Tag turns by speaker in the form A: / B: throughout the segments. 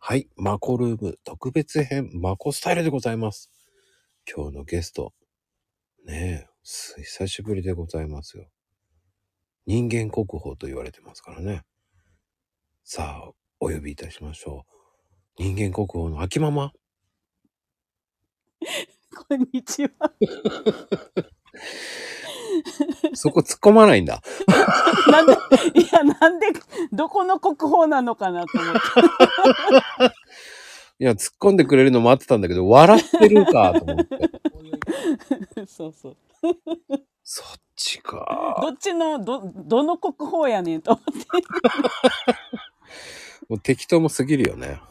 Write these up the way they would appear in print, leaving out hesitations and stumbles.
A: はい、マコルーム特別編マコスタイルでございます。今日のゲスト、ねえ、久しぶりでございますよ。人間国宝と言われてますからね。さあ、お呼びいたしましょう。人間国宝の秋ママ。
B: こんにちは。
A: そこ突っ込まないんだ。
B: なんで、どこの国宝なのかなと思って。
A: いや、突っ込んでくれるの待ってたんだけど、笑ってるかと思って。
B: そうそう。
A: そっちか。
B: どっちの、どの国宝やねんと思って。
A: もう適当も過ぎるよね。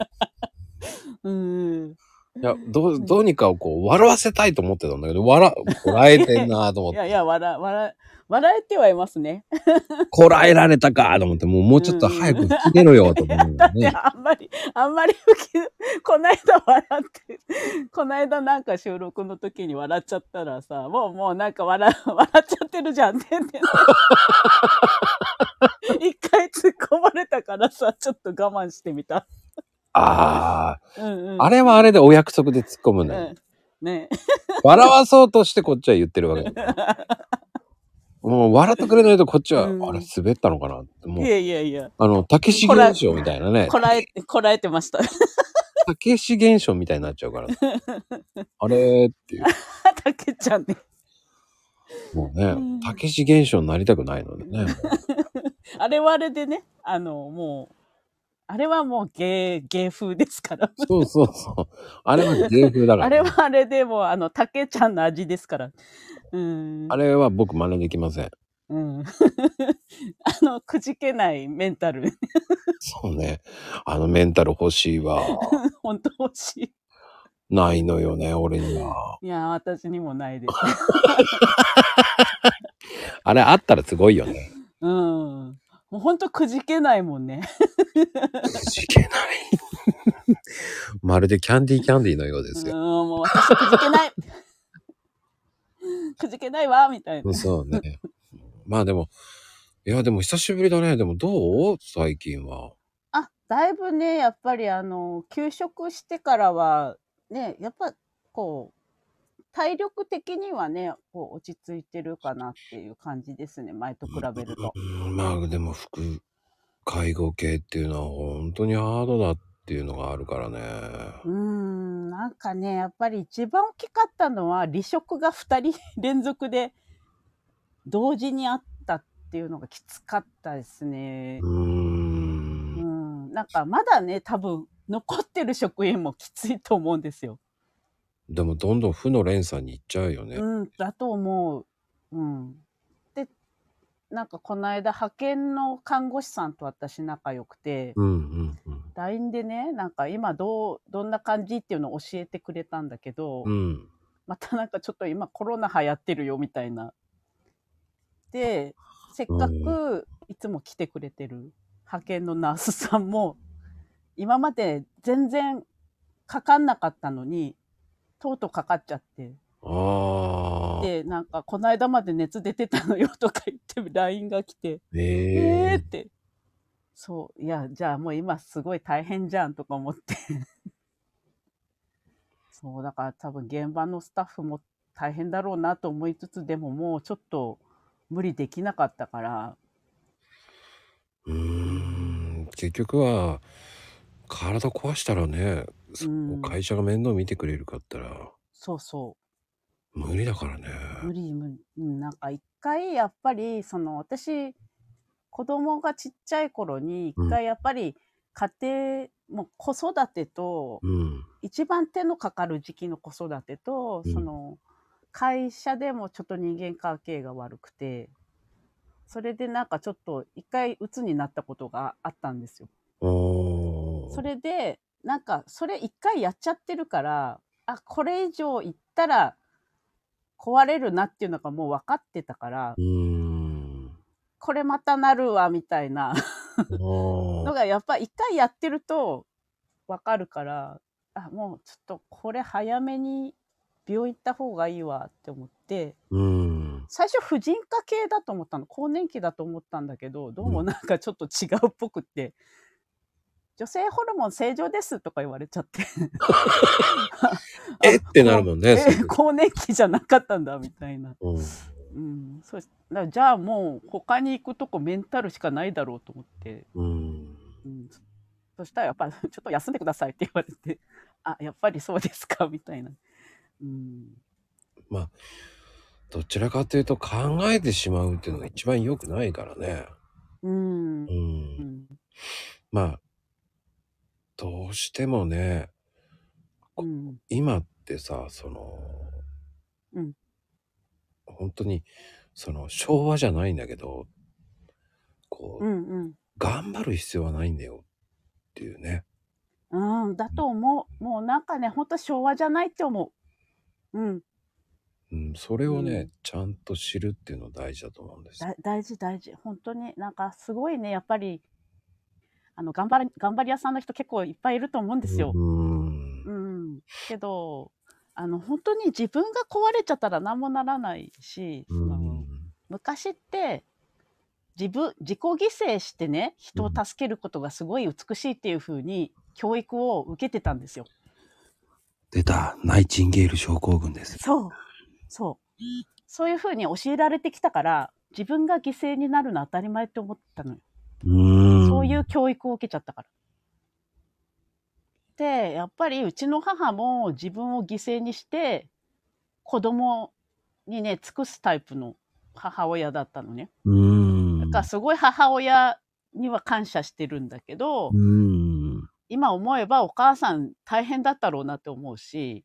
A: いや、どうにかをこう、笑わせたいと思ってたんだけど、笑えてんなと思って。
B: いや、笑えてはいますね。
A: こらえられたかと思って、もうちょっと早く吹き出ろよと思う
B: だって
A: ね。
B: あんまりこないだ笑って、こないだなんか収録の時に笑っちゃったらさ、もうなんか笑っちゃってるじゃんってね。一回突っ込まれたからさ、ちょっと我慢してみた。
A: あれはあれでお約束で突っ込むんだよ。
B: ね。
A: 笑わそうとしてこっちは言ってるわけだから。もう笑ってくれないとこっちは、あれ滑ったのかなってもう。
B: いや。
A: たけし現象みたいなね。
B: こらえてました。
A: たけし現象みたいになっちゃうから。あれっていう。
B: たけちゃんね。
A: もうね、たけし現象になりたくないのでね。
B: あれはあれでね、もう、あれはもう芸風ですから。
A: そう。あれは芸風だから、ね。
B: あれはあれでもたけちゃんの味ですから。
A: あれは僕真似できません。
B: くじけないメンタル。
A: そうね。メンタル欲しいわ。
B: 本当欲しい。
A: ないのよね、俺には。
B: いや、私にもないです。
A: あれあったらすごいよね。
B: もうほんとくじけないもんね。
A: くじけない。まるでキャンディーのようですよ。
B: もう私くじけない。くじけないわ、みたいな。
A: そうね。まあでも久しぶりだね。でもどう最近は。
B: だいぶね、やっぱり休職してからは、ね、やっぱこう、体力的にはね、こう落ち着いてるかなっていう感じですね、前と比べると。
A: まあでも介護系っていうのは本当にハードだっていうのがあるからね。
B: なんかね、やっぱり一番大きかったのは離職が2人連続で同時にあったっていうのがきつかったですね。なんかまだね、多分残ってる職員もきついと思うんですよ。
A: でもどんどん負の連鎖に行っちゃうよね。
B: だと思う。で、なんかこの間派遣の看護師さんと私仲良くて、LINE でね、なんか今どんな感じっていうのを教えてくれたんだけど、またなんかちょっと今コロナ流行ってるよみたいな。で、せっかくいつも来てくれてる派遣のナースさんも、今まで全然かかんなかったのに、とうとうかかっちゃって。で、なんか、この間まで熱出てたのよとか言って LINE が来て、って。そう、いや、じゃあもう今すごい大変じゃんとか思って。そう、だから多分現場のスタッフも大変だろうなと思いつつ、でももうちょっと無理できなかったから。
A: 結局は、体壊したらね、会社が面倒見てくれるかったら。
B: そう。
A: 無理だからね。
B: 無理。なんか一回やっぱり、私、子供がちっちゃい頃に一回やっぱり家庭、もう子育てと、一番手のかかる時期の子育てと、会社でもちょっと人間関係が悪くて、それでなんかちょっと一回鬱になったことがあったんですよ。それで、なんかそれ一回やっちゃってるから、これ以上行ったら壊れるなっていうのがもう分かってたから、これまたなるわみたいなのがやっぱ一回やってると分かるから、もうちょっとこれ早めに病院行った方がいいわって思って、最初婦人科系だと思ったの、更年期だと思ったんだけど、どうもなんかちょっと違うっぽくって、 女性ホルモン正常ですとか言われちゃって。
A: ってなるもんね。
B: 更年期じゃなかったんだ、みたいな。そうじゃあもう他に行くとこメンタルしかないだろうと思って。そしたらやっぱちょっと休んでくださいって言われて、やっぱりそうですか、みたいな。
A: まあ、どちらかというと考えてしまうっていうのが一番良くないからね。まあ、どうしてもね、今ってさ、本当に、昭和じゃないんだけど、頑張る必要はないんだよっていうね。
B: だと思う。もうなんかね、本当昭和じゃないって思う。
A: それをね、ちゃんと知るっていうの大事だと思うんですよ。
B: 大事。本当になんかすごいね、やっぱり、頑張り屋さんの人結構いっぱいいると思うんですよ。けど、本当に自分が壊れちゃったら何もならないし、昔って、自己犠牲してね、人を助けることがすごい美しいっていう風に教育を受けてたんですよ。
A: 出た、ナイチンゲール症候群です。
B: そういう風に教えられてきたから、自分が犠牲になるのは当たり前って思ったのよ。そういう教育を受けちゃったから。で、やっぱりうちの母も自分を犠牲にして子供にね、尽くすタイプの母親だったのね。だからすごい母親には感謝してるんだけど、今思えばお母さん大変だったろうなって思うし、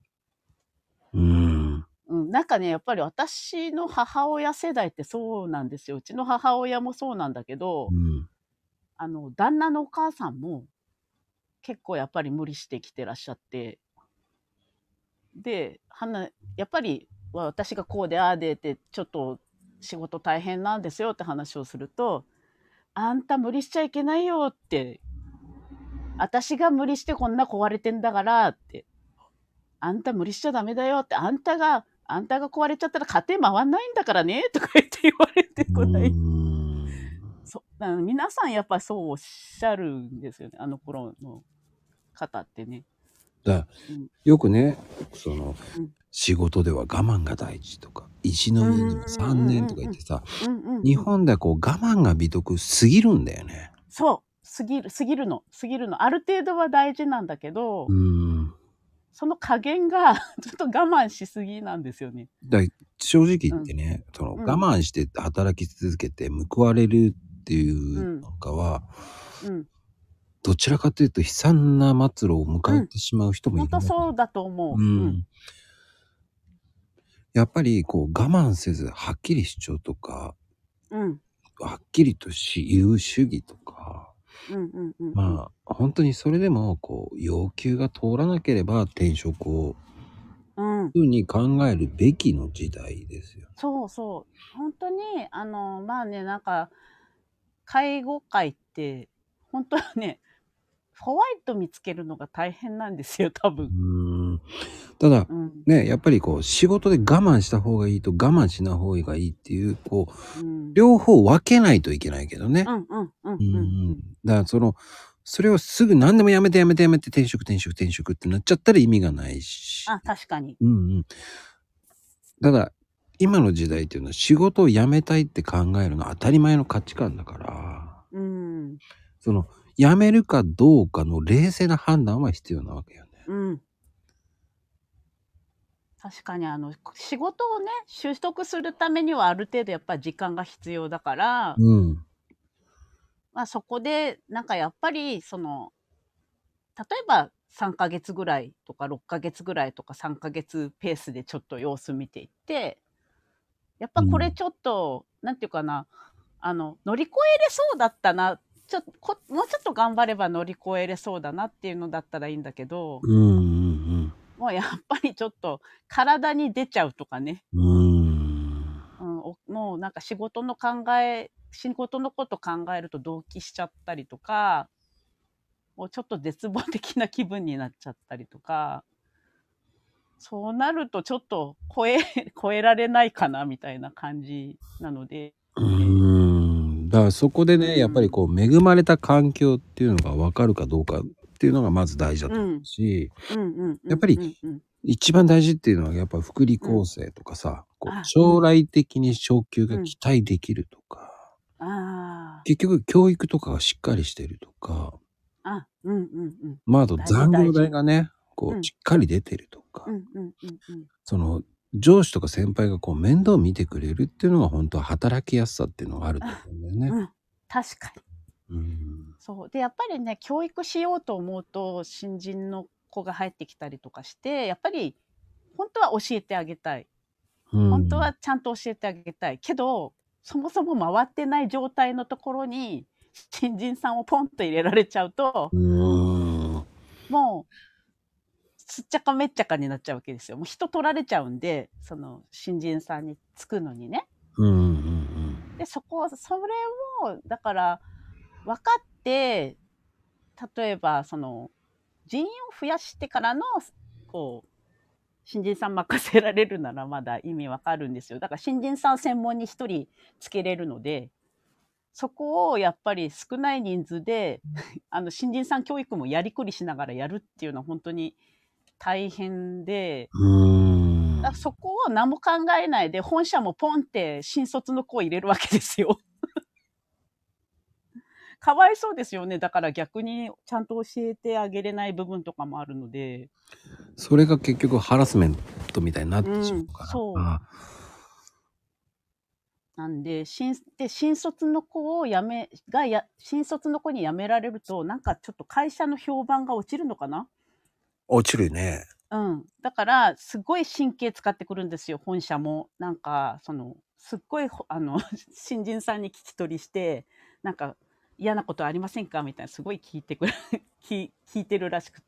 B: なんかね、やっぱり私の母親世代ってそうなんですよ。うちの母親もそうなんだけど、旦那のお母さんも結構やっぱり無理してきてらっしゃって、で、やっぱり私がこうでああでってちょっと仕事大変なんですよって話をすると、あんた無理しちゃいけないよって、私が無理してこんな壊れてんだからって、あんた無理しちゃダメだよって、あんたが壊れちゃったら家庭回んないんだからねとか言われてこない。皆さんやっぱそうおっしゃるんですよね、あの頃の方ってね。
A: よくね、仕事では我慢が大事とか、石の上にも3年とか言ってさ、日本ではこう我慢が美徳すぎるんだよね。
B: 過ぎるの。ある程度は大事なんだけど、その加減がちょっと我慢しすぎなんですよね。
A: 正直言ってね、我慢して働き続けて報われるっていうのかは、どちらかというと悲惨な末路を迎えてしまう人もいる。
B: 本当そうだと思う。
A: やっぱりこう我慢せずはっきり主張とか、はっきりと言う主義とか、まあ本当にそれでもこう要求が通らなければ転職をふうに考えるべきの時代ですよ。
B: そう本当にまあね、なんか介護界って本当はね、ホワイト見つけるのが大変なんですよ、多分。
A: ただ、ね、やっぱりこう仕事で我慢した方がいいと我慢しない方がいいっていうこう、両方分けないといけないけどね。だからそれをすぐ何でもやめて転職ってなっちゃったら意味がないし。
B: 確かに。
A: ただ今の時代っていうのは仕事を辞めたいって考えるのは当たり前の価値観だから、辞めるかどうかの冷静な判断は必要なわけよね。
B: 確かに仕事をね、習得するためにはある程度やっぱり時間が必要だから、まあそこでなんかやっぱり例えば3ヶ月ぐらいとか6ヶ月ぐらいとか3ヶ月ペースでちょっと様子見ていって、やっぱこれちょっと、なんていうかな、乗り越えれそうだったな、もうちょっと頑張れば乗り越えれそうだなっていうのだったらいいんだけど、もうやっぱりちょっと体に出ちゃうとかね。もうなんか仕事のこと考えると動悸しちゃったりとか、もうちょっと絶望的な気分になっちゃったりとか、そうなるとちょっと超えられないかなみたいな感じなので。
A: だからそこでね、やっぱりこう恵まれた環境っていうのが分かるかどうかっていうのがまず大事だと思うし、やっぱり一番大事っていうのはやっぱ福利厚生とかさ、こう将来的に昇給が期待できるとか、結局教育とかがしっかりしてるとか、まああと残業代がね、こうしっかり出てるとか、その上司とか先輩がこう面倒見てくれるっていうのが本当は働きやすさっていうのがあると思うんだよね。
B: 確かに。そうでやっぱりね、教育しようと思うと新人の子が入ってきたりとかして、やっぱり本当は教えてあげたい。本当はちゃんと教えてあげたいけど、そもそも回ってない状態のところに新人さんをポンと入れられちゃうと、もうすっちゃかめっちゃかになっちゃうわけですよ。もう人取られちゃうんで、その新人さんにつくのにね。でそれをだから分かって、例えばその人員を増やしてからのこう新人さん任せられるならまだ意味わかるんですよ。だから新人さん専門に1人つけれるので、そこをやっぱり少ない人数で新人さん教育もやりくりしながらやるっていうのは本当に大変で、だそこを何も考えないで本社もポンって新卒の子を入れるわけですよ。かわいそうですよね。だから逆にちゃんと教えてあげれない部分とかもあるので、
A: それが結局ハラスメントみたいになってしまうから、
B: そうなんで新卒の子を新卒の子に辞められると、なんかちょっと会社の評判が落ちるのかな。
A: 落ちるね。
B: だからすごい神経使ってくるんですよ、本社も。なんかすっごい新人さんに聞き取りして、なんか嫌なことありませんかみたいなすごい聞いてるらしくって、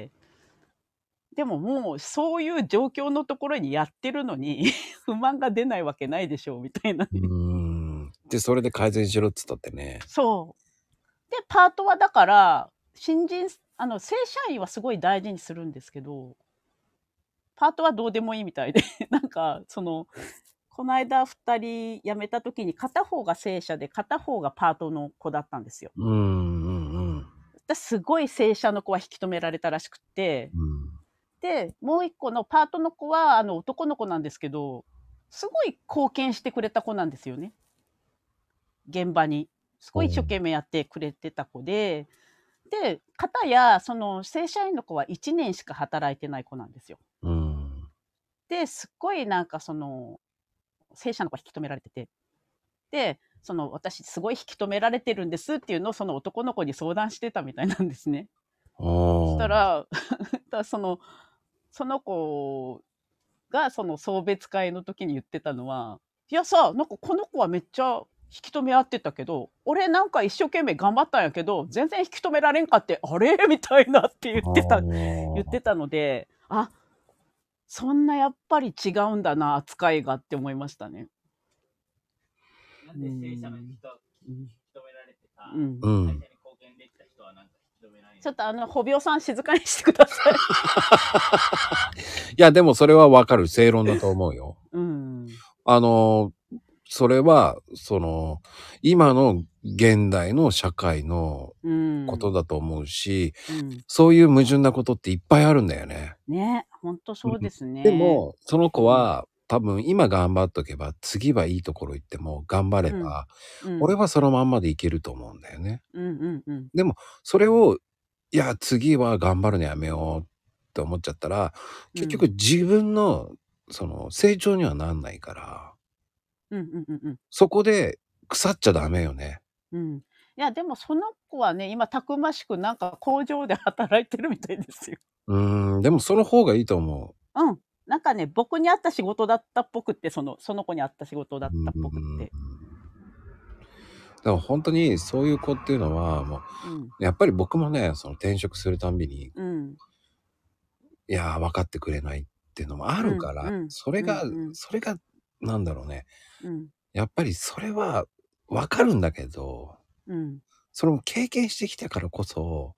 B: でももうそういう状況のところにやってるのに不満が出ないわけないでしょうみたいな。
A: でそれで改善しろっつったってね。
B: そうでパートはだから正社員はすごい大事にするんですけど、パートはどうでもいいみたいでなんかこの間2人辞めた時に片方が正社で片方がパートの子だったんですよ。すごい正社の子は引き止められたらしくて、でもう一個のパートの子は男の子なんですけど、すごい貢献してくれた子なんですよね。現場にすごい一生懸命やってくれてた子で、片やその正社員の子は1年しか働いてない子なんですよ。ですっごいなんか正社の子は引き止められてて、で私すごい引き止められてるんですっていうのをその男の子に相談してたみたいなんですね。そしたらその子が送別会の時に言ってたのは、いやさ、なんかこの子はめっちゃ引き止め合ってたけど、俺なんか一生懸命頑張ったんやけど全然引き止められんかって、あれみたいなって言ってたので、あ、そんなやっぱり違うんだな扱いがって思いましたね。なんで正社の人引き止められてた、会社に貢献できた人はなんか引き止められない。ちょっとホビオさん静かにしてください。
A: いやでもそれはわかる、正論だと思うよ。それは今の現代の社会のことだと思うし、そういう矛盾なことっていっぱいあるんだよね。
B: ね、本当そうですね。
A: でもその子は多分今頑張っとけば次はいいところ行っても頑張れば、俺はそのまんまでいけると思うんだよね。でもそれをいや次は頑張るのやめようって思っちゃったら、結局自分の成長にはなんないから、そこで腐っちゃダメよね。
B: いやでもその子はね、今たくましくなんか工場で働いてるみたいですよ。
A: でもその方がいいと思
B: う。なんかね、僕に合った仕事だったっぽくって、その子に合った仕事だったっぽくって。
A: だから本当にそういう子っていうのはもう、やっぱり僕もね、転職するたんびに、いや分かってくれないっていうのもあるから、それがなんだろうね、やっぱりそれは分かるんだけど、それも経験してきたからこそ、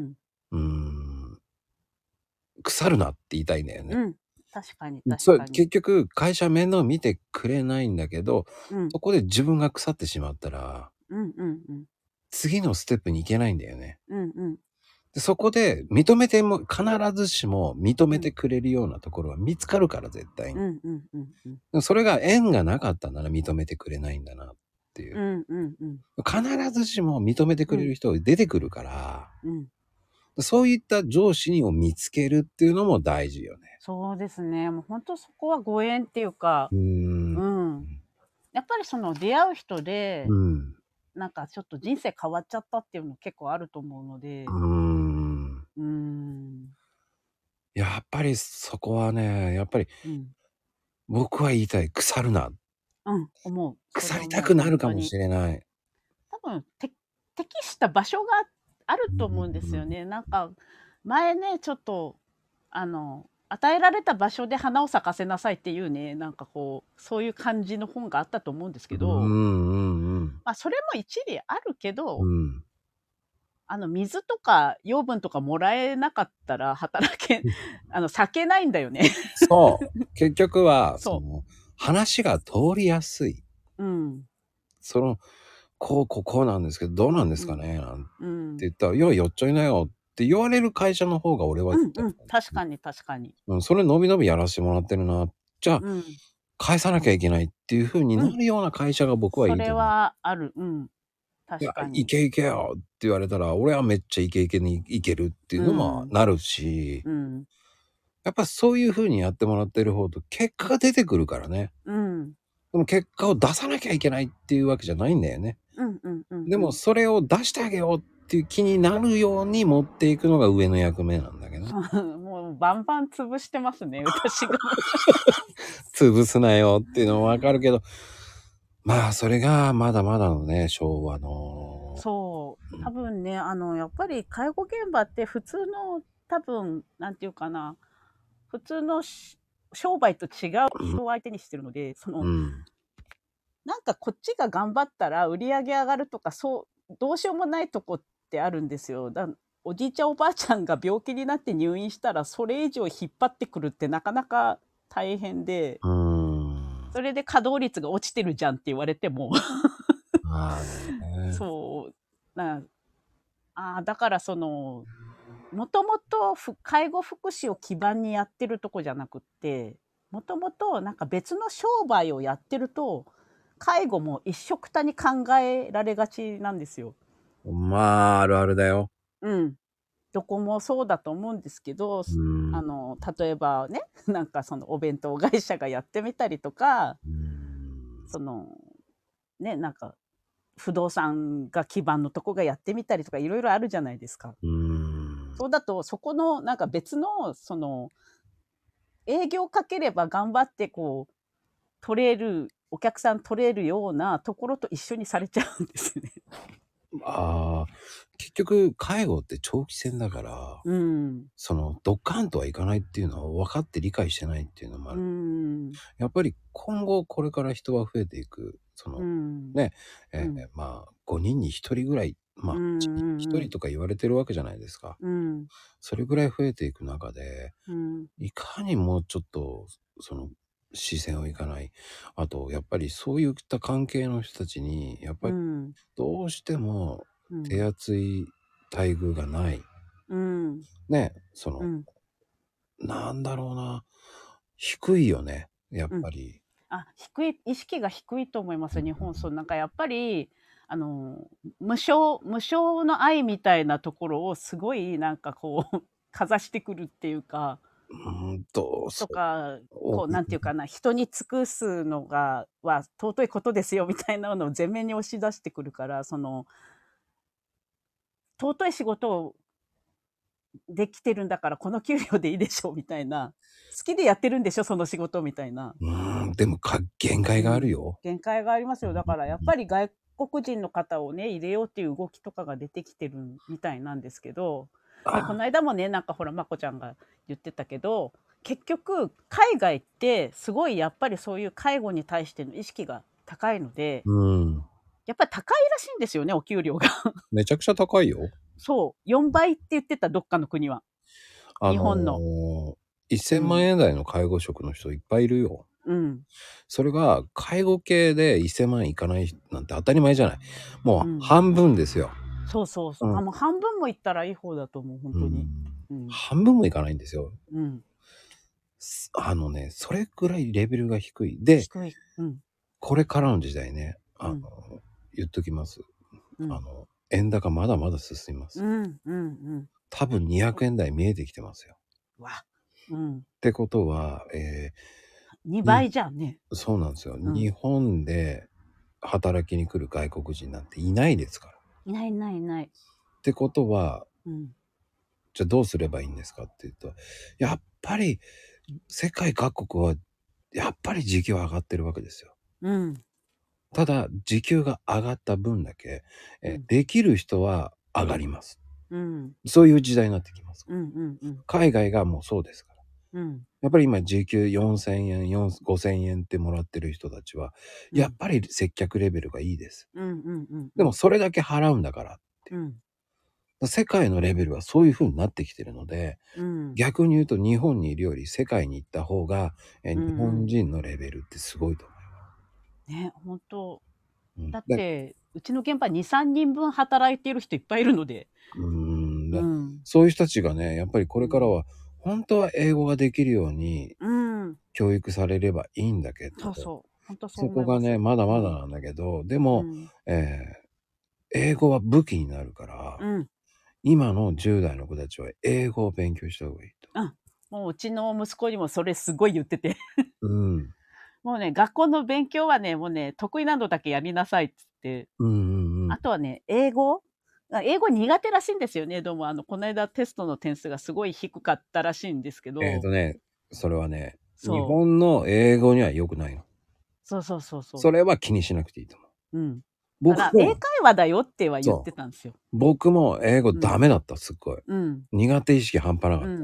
A: 腐るなって言いたいんだよね。
B: 確かに
A: 結局会社面倒見てくれないんだけど、そこで自分が腐ってしまったら、
B: うんうんうん。
A: 次のステップに行けないんだよね。
B: うんうん。
A: でそこで認めても、必ずしも認めてくれるようなところは見つかるから、絶対に。
B: うんうんうんうん。
A: でもそれが縁がなかったなら認めてくれないんだなっていう。
B: うんうんうん。
A: 必ずしも認めてくれる人が出てくるから、
B: うん。
A: そういった上司を見つけるっていうのも大事よね。
B: そうですね。もう本当そこはご縁っていうか、うん。やっぱりその出会う人で、なんかちょっと人生変わっちゃったっていうの結構あると思うので。
A: やっぱりそこはね、やっぱり、僕は言いたい。腐るな。
B: 思う。
A: 腐りたくなるかもしれない。
B: 多分、適した場所があると思うんですよね。なんか、前ね、ちょっと、与えられた場所で花を咲かせなさいっていうね、なんかこう、そういう感じの本があったと思うんですけど、まあ、それも一理あるけど、水とか養分とかもらえなかったら咲けないんだよね。
A: そう。結局は、話が通りやすい。こうなんですけど、どうなんですかねなんて言ったら、よっちょいなよって言われる会社の方が俺は絶対、
B: 確かに確かに。
A: それのびのびやらせてもらってるな。じゃあ、返さなきゃいけないっていう風になるような会社が僕はいいと思う。
B: それはある。確かに。
A: いけいけよって言われたら、俺はめっちゃイケイケにいけるっていうのもなるし、やっぱそういう風にやってもらってる方と結果が出てくるからね。でも結果を出さなきゃいけないっていうわけじゃないんだよね。でもそれを出してあげようっていう気になるように持っていくのが上の役目なんだけど。
B: もうバンバン潰してますね、私が。
A: 潰すなよっていうのもわかるけど、まあそれがまだまだのね、昭和の。
B: そう。多分ね、やっぱり介護現場って普通の、多分、なんていうかな、普通の商売と違う人を相手にしてるので、なんかこっちが頑張ったら売り上げ上がるとか、どうしようもないとこってあるんですよ。おじいちゃんおばあちゃんが病気になって入院したら、それ以上引っ張ってくるってなかなか大変で、それで稼働率が落ちてるじゃんって言われてもそうだからもともと介護福祉を基盤にやってるとこじゃなくって、もともとなんか別の商売をやってると、介護も一緒くたに考えられがちなんですよ。
A: まあ、あるあるだよ。
B: どこもそうだと思うんですけど、例えばね、なんかお弁当会社がやってみたりとか、なんか不動産が基盤のとこがやってみたりとかいろいろあるじゃないですか。そうだとそこのなんか別の営業かければ頑張ってお客さん取れるようなところと一緒にされちゃうんですね。
A: 結局介護って長期戦だから、ドッカンとはいかないっていうのは分かって理解してないっていうのもある。やっぱり今後これから人は増えていく。まあ5人に1人ぐらい、まあ1人とか言われてるわけじゃないですか。それぐらい増えていく中で、いかにもうちょっと視線をいかない。あとやっぱりそういった関係の人たちにやっぱりどうしても手厚い待遇がない。なんだろうな。低いよね。やっぱり。
B: 意識が低いと思います、日本。なんかやっぱり、無償の愛みたいなところをすごいなんかかざしてくるっていうか、とか、なんていうかな、人に尽くすのは尊いことですよみたいなのを前面に押し出してくるから、尊い仕事をできてるんだからこの給料でいいでしょみたいな、好きでやってるんでしょその仕事みたいな。
A: でも限界があるよ。
B: 限界がありますよ。だからやっぱり外国人の方をね入れようっていう動きとかが出てきてるみたいなんですけど、でこの間もねなんかほらまこちゃんが言ってたけど、結局海外ってすごいやっぱりそういう介護に対しての意識が高いので、やっぱり高いらしいんですよね、お給料が。
A: めちゃくちゃ高いよ。
B: そう、4倍って言ってた、どっかの国は。日本の。
A: 1000万円台の介護職の人いっぱいいるよ。
B: うん。
A: それが介護系で1000万いかないなんて当たり前じゃない。もう半分ですよ。
B: そうそうそう。もう半分もいったらいい方だと思う、本当に。
A: 半分もいかないんですよ。
B: うん。
A: それくらいレベルが低い。で、
B: 低い。うん。
A: これからの時代ね、言っときます。円高まだまだ進みます。多分200円台見えてきてますよ。
B: わ。
A: ってことは、
B: 2倍じゃんね。
A: そうなんですよ。日本で働きに来る外国人なんていないですから。
B: いないいないいない。
A: ってことは、じゃあどうすればいいんですかっていうと、やっぱり世界各国はやっぱり時給は上がってるわけですよ。ただ時給が上がった分だけ、できる人は上がります。そういう時代になってきます。海外がもうそうですから。やっぱり今時給4000円、5000円ってもらってる人たちは、やっぱり接客レベルがいいです。でもそれだけ払うんだからって。世界のレベルはそういう風になってきてるので、逆に言うと日本にいるより世界に行った方が、日本人のレベルってすごいと思います。
B: ね、本当。だって、うちの現場2、3人分働いている人いっぱいいるので。
A: そういう人たちがね、やっぱりこれからは、本当は英語ができるように、教育されればいいんだけど、
B: 本当そう思います。
A: そこがね、まだまだなんだけど、でも、英語は武器になるから、今の10代の子たちは英語を勉強した方がいいと。
B: もううちの息子にもそれすごい言ってて。もうね、学校の勉強はね、もうね、得意なのだけやりなさいっつって。あとはね、英語苦手らしいんですよね。どうもこの間テストの点数がすごい低かったらしいんですけど。
A: それはね、日本の英語には良くないの。
B: そう。
A: それは気にしなくていいと思う。
B: 僕も英会話だよっては言ってたんですよ。
A: 僕も英語ダメだった、すっごい。苦手意識半端なかった。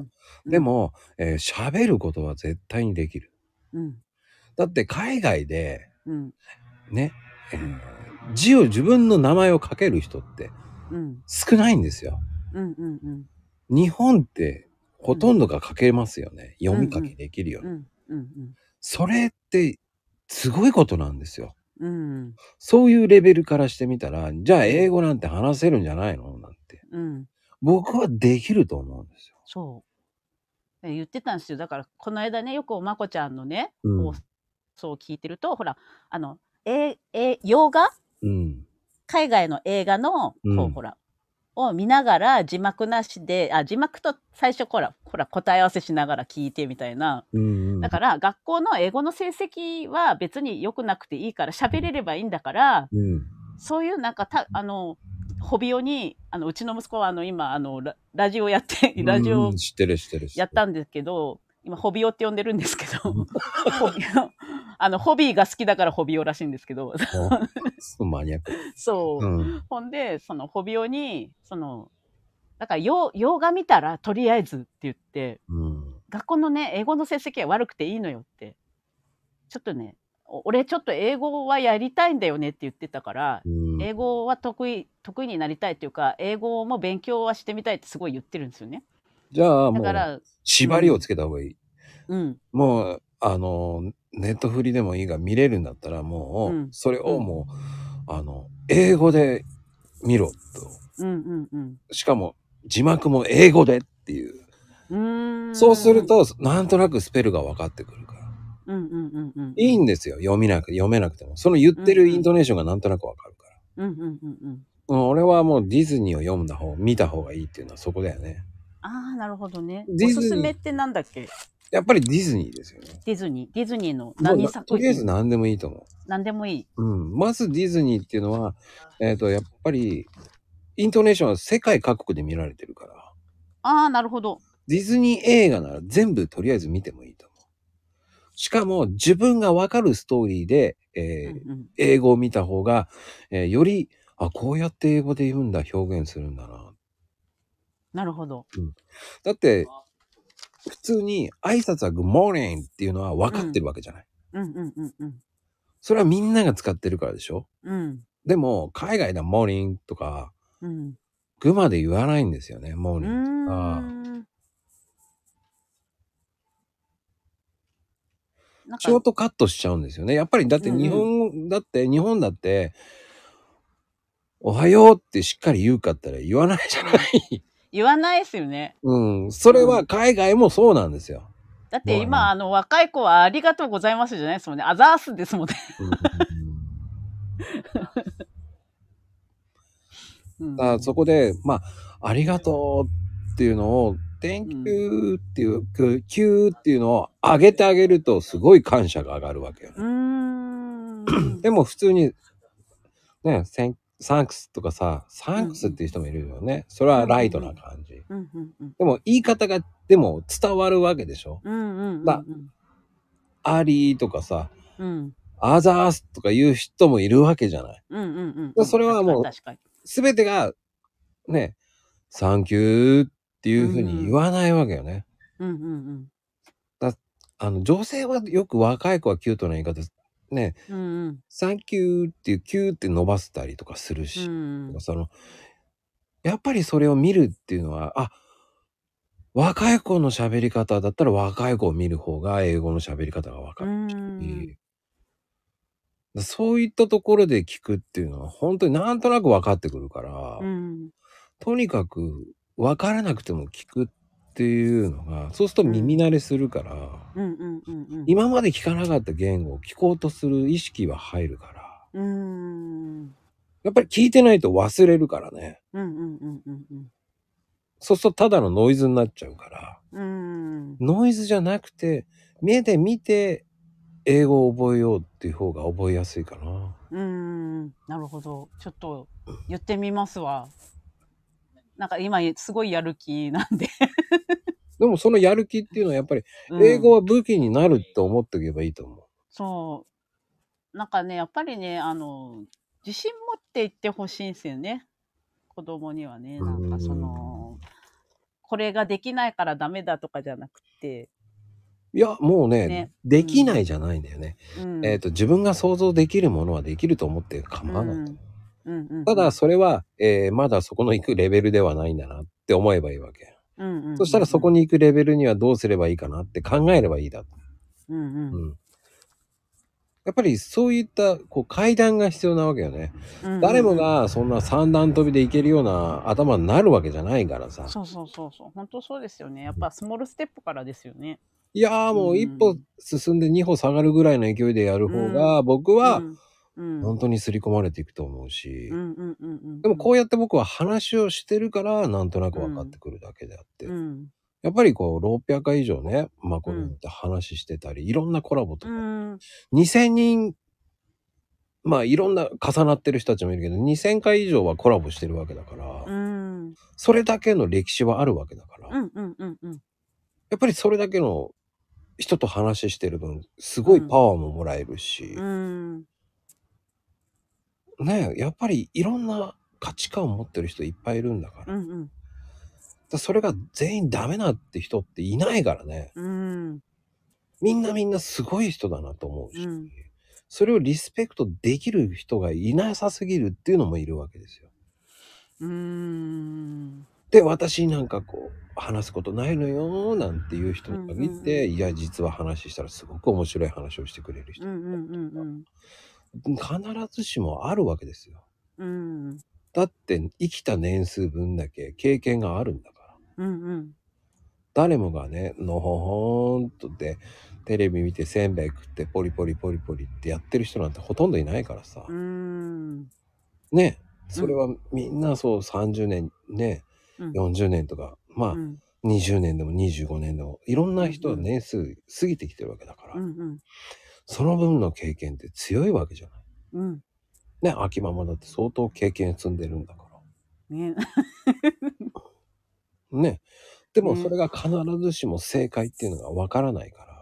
A: でも、喋ることは絶対にできる。だって海外で、ね、字を自分の名前を書ける人って少ないんですよ。日本ってほとんどが書けますよね。読み書きできるよね。それってすごいことなんですよ。そういうレベルからしてみたら、じゃあ英語なんて話せるんじゃないのなんて。僕はできると思うんですよ。
B: そう。言ってたんですよ。だからこの間ね、よくまこちゃんのね、そう聞いてると、ほら、洋画、海外の映画の、ほら、を見ながら字幕なしで、字幕と最初ほら答え合わせしながら聞いてみたいな。だから学校の英語の成績は別に良くなくていいから喋れればいいんだから、そういうなんかホビオにうちの息子は今ラジオやってラジオやったんですけど、今ホビオって呼んでるんですけどホビーが好きだからホビオらしいんですけど
A: マニアック。
B: そう、ほんでそのホビオにだから洋画見たらとりあえずって言って、学校のね英語の成績は悪くていいのよって、ちょっとね俺ちょっと英語はやりたいんだよねって言ってたから、英語は得意になりたいっていうか、英語も勉強はしてみたいってすごい言ってるんですよね。
A: じゃあもう縛りをつけた方がいい。もうネットフリでもいいが見れるんだったらもう、それをもう英語で見ろと。しかも字幕も英語でっていう。そうするとなんとなくスペルが分かってくるから。いいんですよ。読めなくても。その言ってるイントネーションがなんとなく分かるから。俺はもうディズニーを見た方がいいっていうのはそこだよね。
B: なるほどね。おすすめってなんだっけ？
A: やっぱりディズニーですよね。
B: ディズニーの何作品？
A: とりあえず何でもいいと思う。
B: 何でもいい。
A: まずディズニーっていうのは、やっぱりイントネーションは世界各国で見られてるから。
B: なるほど。
A: ディズニー映画なら全部とりあえず見てもいいと思う。しかも自分がわかるストーリーで、英語を見た方が、よりこうやって英語で言うんだ、表現するんだな。
B: なるほど。
A: だって普通に挨拶は Good morning っていうのは分かってるわけじゃない。それはみんなが使ってるからでしょ。でも海外では morning とか、グまで言わないんですよね。morning とか。 ショートカットしちゃうんですよね。やっぱりだって日本だって、おはようってしっかり言うかったら言わないじゃない。
B: 言わないですよね。
A: うん。それは海外もそうなんですよ。
B: だって今、若い子はありがとうございますじゃないですもんね。あざーすですもんね。
A: そこで、まあ、ありがとうっていうのを、Thank you っていう、Q っていうのを上げてあげると、すごい感謝が上がるわけよね。でも普通に、ね、サンクスとかさ、サンクスっていう人もいるよね。それはライトな感じ。でも言い方が、でも伝わるわけでしょ。アリーとかさ、アザースとか言う人もいるわけじゃない。それはもう、すべてが、ね、サンキューっていうふうに言わないわけよね。女性はよく若い子はキュートな言い方ね、サンキューっていうキューって伸ばしたりとかするし、やっぱりそれを見るっていうのは、若い子の喋り方だったら若い子を見る方が英語の喋り方がわかるし、そういったところで聞くっていうのは本当になんとなく分かってくるから、とにかく分からなくても聞くっていうのが、そうすると耳慣れするから、今まで聞かなかった言語を聞こうとする意識は入るから、やっぱり聞いてないと忘れるからね。そうするとただのノイズになっちゃうから、ノイズじゃなくて目で見て英語を覚えようっていう方が覚えやすいかな。
B: なるほど。ちょっと言ってみますわ。なんか今すごいやる気なんで。
A: でもそのやる気っていうのはやっぱり英語は武器になるって思っておけばいいと思う。
B: そう。なんかね、やっぱりね、自信持っていってほしいんですよね。子供にはね。なんかこれができないからダメだとかじゃなくて。
A: いや、もうね、できないじゃないんだよね。自分が想像できるものはできると思って構わないと。ただそれは、まだそこの行くレベルではないんだなって思えばいいわけ。そしたらそこに行くレベルにはどうすればいいかなって考えればいいだと。やっぱりそういった階段が必要なわけよね。誰もがそんな三段跳びでいけるような頭になるわけじゃないからさ。
B: そう。本当そうですよね。やっぱスモールステップからですよね。
A: いやーもう一歩進んで二歩下がるぐらいの勢いでやる方が、僕は本当に刷り込まれていくと思うし。でもこうやって僕は話をしてるからなんとなく分かってくるだけであって。やっぱり600回以上ね、マコルって話してたり、いろんなコラボとか。2000人、まあいろんな重なってる人たちもいるけど、2000回以上はコラボしてるわけだから、それだけの歴史はあるわけだから、やっぱりそれだけの人と話してる分、すごいパワーももらえるし、ねえ、やっぱりいろんな価値観を持ってる人いっぱいいるんだから。それが全員ダメなって人っていないからね。みんなすごい人だなと思うし、それをリスペクトできる人がいなさすぎるっていうのもいるわけですよ。で、私なんか話すことないのよなんていう人に限って、いや実は話したらすごく面白い話をしてくれる人。必ずしもあるわけですよ。だって生きた年数分だけ経験があるんだから。誰もがね、のほほーんとでテレビ見てせんべい食ってポリポリってやってる人なんてほとんどいないからさ。ね、それはみんなそう30年ね、40年とか、まあ20年でも25年でもいろんな人は年数過ぎてきてるわけだから、その分の経験って強いわけじゃない。ね、秋ママだって相当経験積んでるんだから。ね。でもそれが必ずしも正解っていうのがわからないから。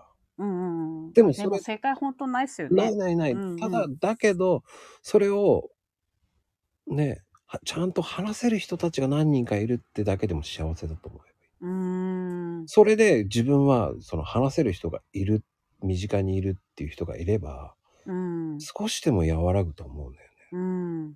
B: でも正解本当ないっすよね。
A: ない。だけど、それを、ね、ちゃんと話せる人たちが何人かいるってだけでも幸せだと思えばいい。それで自分はその話せる人がいる、身近にいるっていう人がいれば、少しでも和らぐと思うんだよね。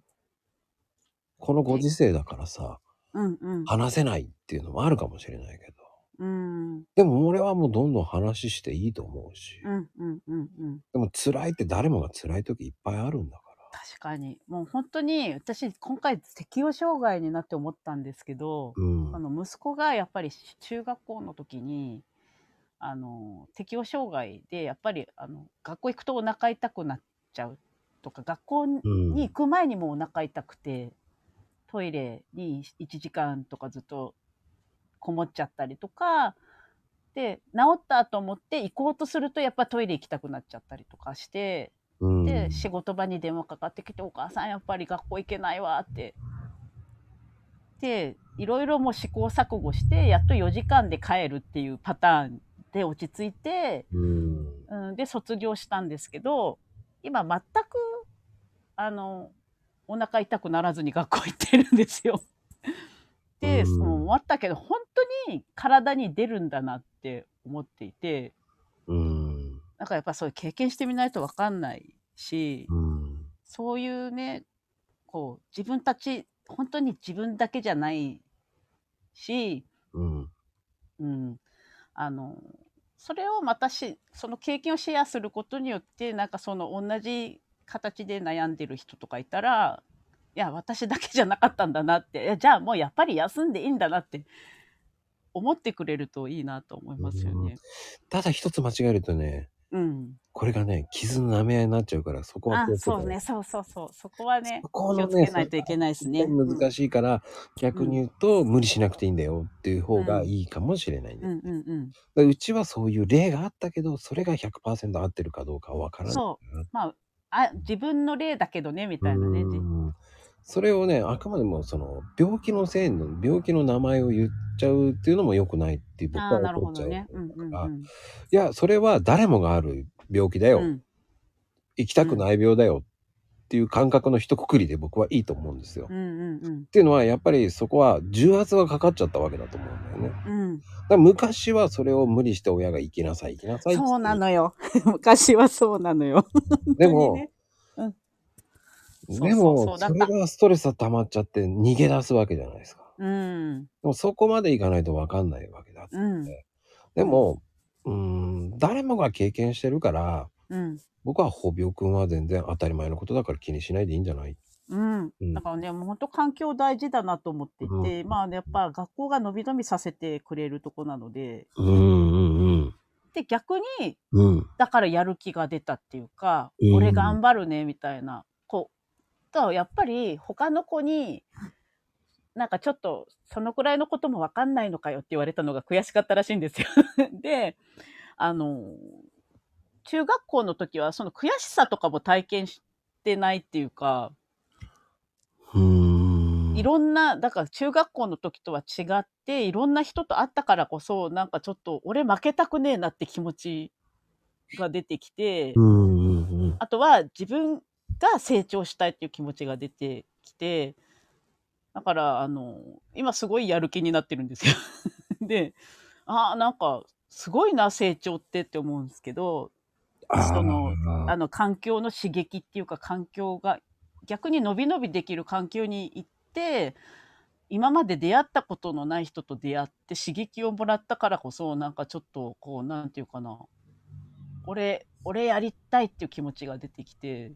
A: このご時世だからさ、話せないっていうのもあるかもしれないけど。 でも俺はもうどんどん話していいと思うし。でも辛いって誰もが辛い時いっぱいあるんだから。
B: 確かに。もう本当に私今回適応障害になって思ったんですけど、息子がやっぱり中学校の時に適応障害でやっぱり学校行くとお腹痛くなっちゃうとか、学校に行く前にもお腹痛くて、トイレに1時間とかずっとこもっちゃったりとかで、治ったと思って行こうとするとやっぱトイレ行きたくなっちゃったりとかして、で仕事場に電話かかってきて、お母さんやっぱり学校行けないわってで、いろいろもう試行錯誤してやっと4時間で帰るっていうパターンで落ち着いて、で卒業したんですけど、今全くお腹痛くならずに学校行ってるんですよ。で、終わったけど本当に体に出るんだなって思っていて、なんかやっぱそういう経験してみないと分かんないし、そういうね、こう自分たち本当に自分だけじゃないし、それをまたその経験をシェアすることによって、なんかその同じ形で悩んでる人とかいたら、いや私だけじゃなかったんだなって、じゃあもうやっぱり休んでいいんだなって思ってくれるといいなと思いますよね。
A: ただ一つ間違えるとね、これがね、傷の舐め合いになっちゃうから、そこは気をつけて。
B: そうね、そうそうそう。そこはね、気をつけないといけないですね。
A: 難しいから、逆に言うと、無理しなくていいんだよっていう方がいいかもしれないね。うちはそういう例があったけど、それが 100% 合ってるかどうかはわからない。
B: そう。まあ、自分の例だけどね、みたいなね。
A: それをね、あくまでもその病気のせいの、病気の名前を言っちゃうっていうのも良くないって僕は思っちゃうから。いや、それは誰もがある病気だよ。生きたくない病だよっていう感覚の一括りで僕はいいと思うんですよ。っていうのはやっぱりそこは重圧がかかっちゃったわけだと思うんだよね。だから昔はそれを無理して親が生きなさいって
B: そうなのよ。昔はそうなのよ。
A: でも、でも、それがストレスが溜まっちゃって逃げ出すわけじゃないですか。でもそこまでいかないと分かんないわけだって。でも、誰もが経験してるから、僕はホビオ君は全然当たり前のことだから気にしないでいいんじゃない？
B: だからね、もう本当環境大事だなと思っていて、まあやっぱ学校が伸び伸びさせてくれるとこなので、で逆に、だからやる気が出たっていうか、俺頑張るねみたいな、やっぱり他の子になんかちょっとそのくらいのことも分かんないのかよって言われたのが悔しかったらしいんですよ。で、中学校の時はその悔しさとかも体験してないっていうか、いろんな、だから中学校の時とは違って、いろんな人と会ったからこそ、なんかちょっと俺負けたくねえなって気持ちが出てきて、あとは自分が成長したいっていう気持ちが出てきて、だから今すごいやる気になってるんですよ。で、なんかすごいな成長って思うんですけど、その環境の刺激っていうか、環境が逆に伸び伸びできる環境に行って、今まで出会ったことのない人と出会って刺激をもらったからこそ、なんかちょっとこうなんていうかな、俺やりたいっていう気持ちが出てきて。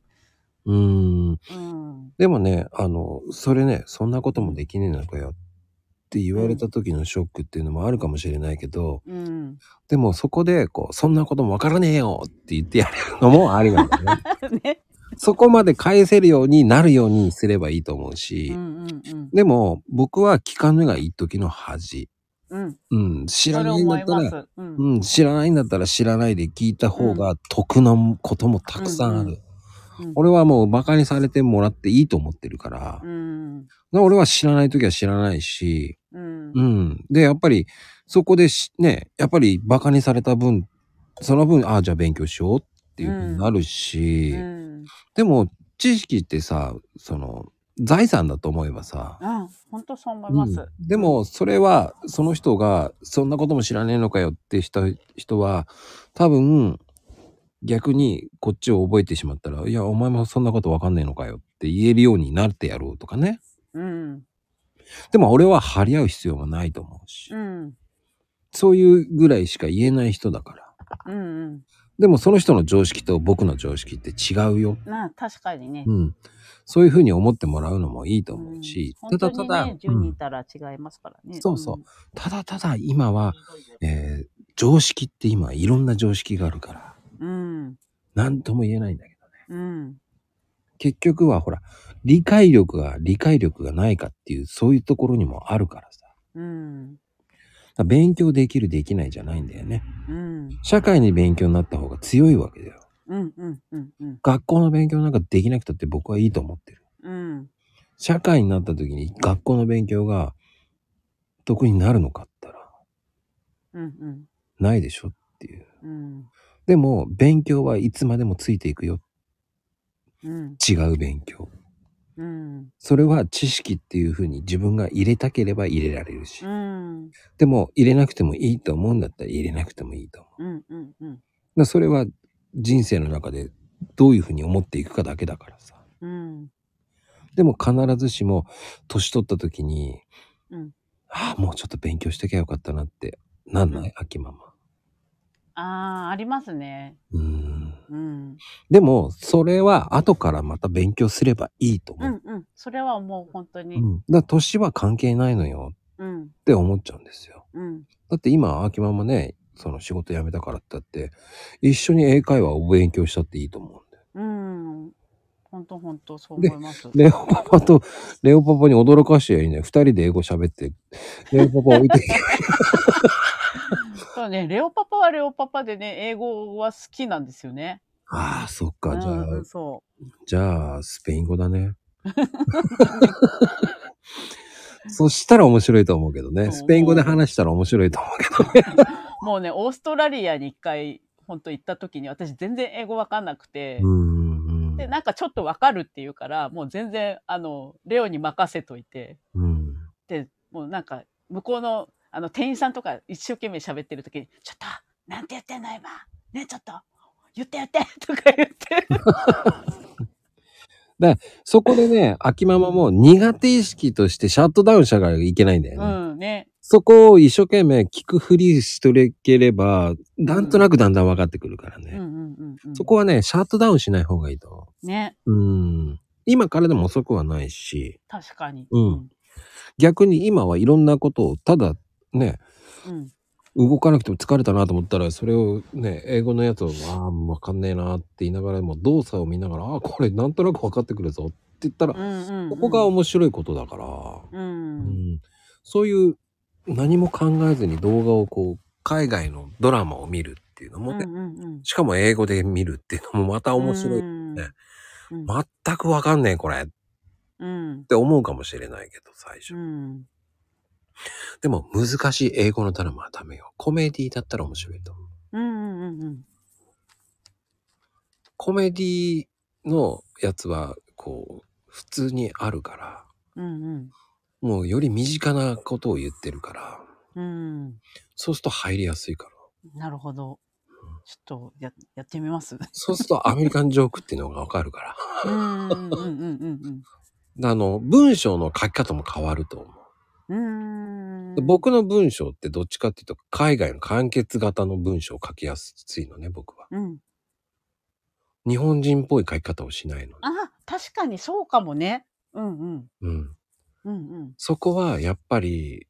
A: でもね、それね、そんなこともできねえのかよって言われた時のショックっていうのもあるかもしれないけど、でもそこでこう、そんなこともわからねえよって言ってやるのもありなんだね。ね、そこまで返せるようになるようにすればいいと思うし、でも僕は聞かぬが一時の恥。知らないんだったら、知らないんだったら知らないで聞いた方が得なこともたくさんある。俺はもう馬鹿にされてもらっていいと思ってるから、俺は知らないときは知らないし、で、やっぱりそこでね、やっぱり馬鹿にされた分、その分、じゃあ勉強しようっていう風になるし、でも知識ってさ、財産だと思えばさ、
B: 本当そう思います。
A: でもそれはその人がそんなことも知らねえのかよって人は多分逆にこっちを覚えてしまったら、いやお前もそんなことわかんねえのかよって言えるようになってやろうとかね。でも俺は張り合う必要がないと思うし。 そういうぐらいしか言えない人だから。
B: うんうん。
A: でもその人の常識と僕の常識って違うよ。
B: 確かにね。
A: うん。そういうふうに思ってもらうのもいいと思うし、
B: 本当にね、10人いたら違いますからね。
A: そうそう。ただただ今は、常識って今いろんな常識があるから、なんとも言えないんだけどね。結局はほら、理解力がないかっていう、そういうところにもあるからさ。勉強できるできないじゃないんだよね。社会に勉強になった方が強いわけだよ。学校の勉強なんかできなくたって僕はいいと思ってる。社会になった時に学校の勉強が得になるのかって言ったら、ないでしょっていう。でも勉強はいつまでもついていくよ。違う勉強。それは知識っていうふうに自分が入れたければ入れられるし。でも入れなくてもいいと思うんだったら入れなくてもいいと思う。それは人生の中でどういうふうに思っていくかだけだからさ。でも必ずしも年取った時に、もうちょっと勉強してきゃよかったなってなんない？秋ママ。
B: ありますね。
A: でもそれは後からまた勉強すればいいと思う。
B: それはもう本当に。
A: だから年は関係ないのよって思っちゃうんですよ。だって今秋ママね、その仕事辞めたからって言って一緒に英会話を勉強したっていいと思うんで。
B: 本当そう思います。
A: レオパパに驚かしてやりね、二人で英語喋って、レオパパ置いていけばいい。
B: そうね、レオパパはレオパパでね、英語は好きなんですよね。
A: そっか、じゃあ、スペイン語だね。そしたら面白いと思うけどね。スペイン語で話したら面白いと思うけどね。
B: もうね、オーストラリアに一回、本当行った時に私全然英語わかんなくて、で、なんかちょっとわかるっていうから、もう全然、レオに任せといて、で、もうなんか、向こうの、店員さんとか一生懸命喋ってる時に、ちょっと、なんて言ってんの今。ね、ちょっと、言ってとか言って。
A: で、そこでね、秋ママも苦手意識としてシャットダウンしたからいけないんだよね。そこを一生懸命聞くふりしとければ、なんとなくだんだん分かってくるからね。そこはね、シャットダウンしない方がいいと思う。ね。今からでも遅くはないし。
B: 確かに。
A: 逆に今はいろんなことをただね、動かなくても疲れたなと思ったら、それをね、英語のやつを、わかんねえなって言いながらも、動作を見ながら、これなんとなく分かってくるぞって言ったら、ここが面白いことだから、そういう何も考えずに動画をこう、海外のドラマを見るっていうのもね、しかも英語で見るっていうのもまた面白いね。全く分かんねえこれって思うかもしれないけど、最初。でも難しい英語のドラマはダメよ。コメディだったら面白いと思う。コメディのやつはこう普通にあるから、もうより身近なことを言ってるから、そうすると入りやすいから。
B: なるほど。ちょっとやってみます。
A: そうするとアメリカンジョークっていうのがわかるから。文章の書き方も変わると思う。僕の文章ってどっちかっていうと海外の完結型の文章を書きやすいのね、僕は。日本人っぽい書き方をしないの。
B: 確かにそうかもね。
A: そこはやっぱり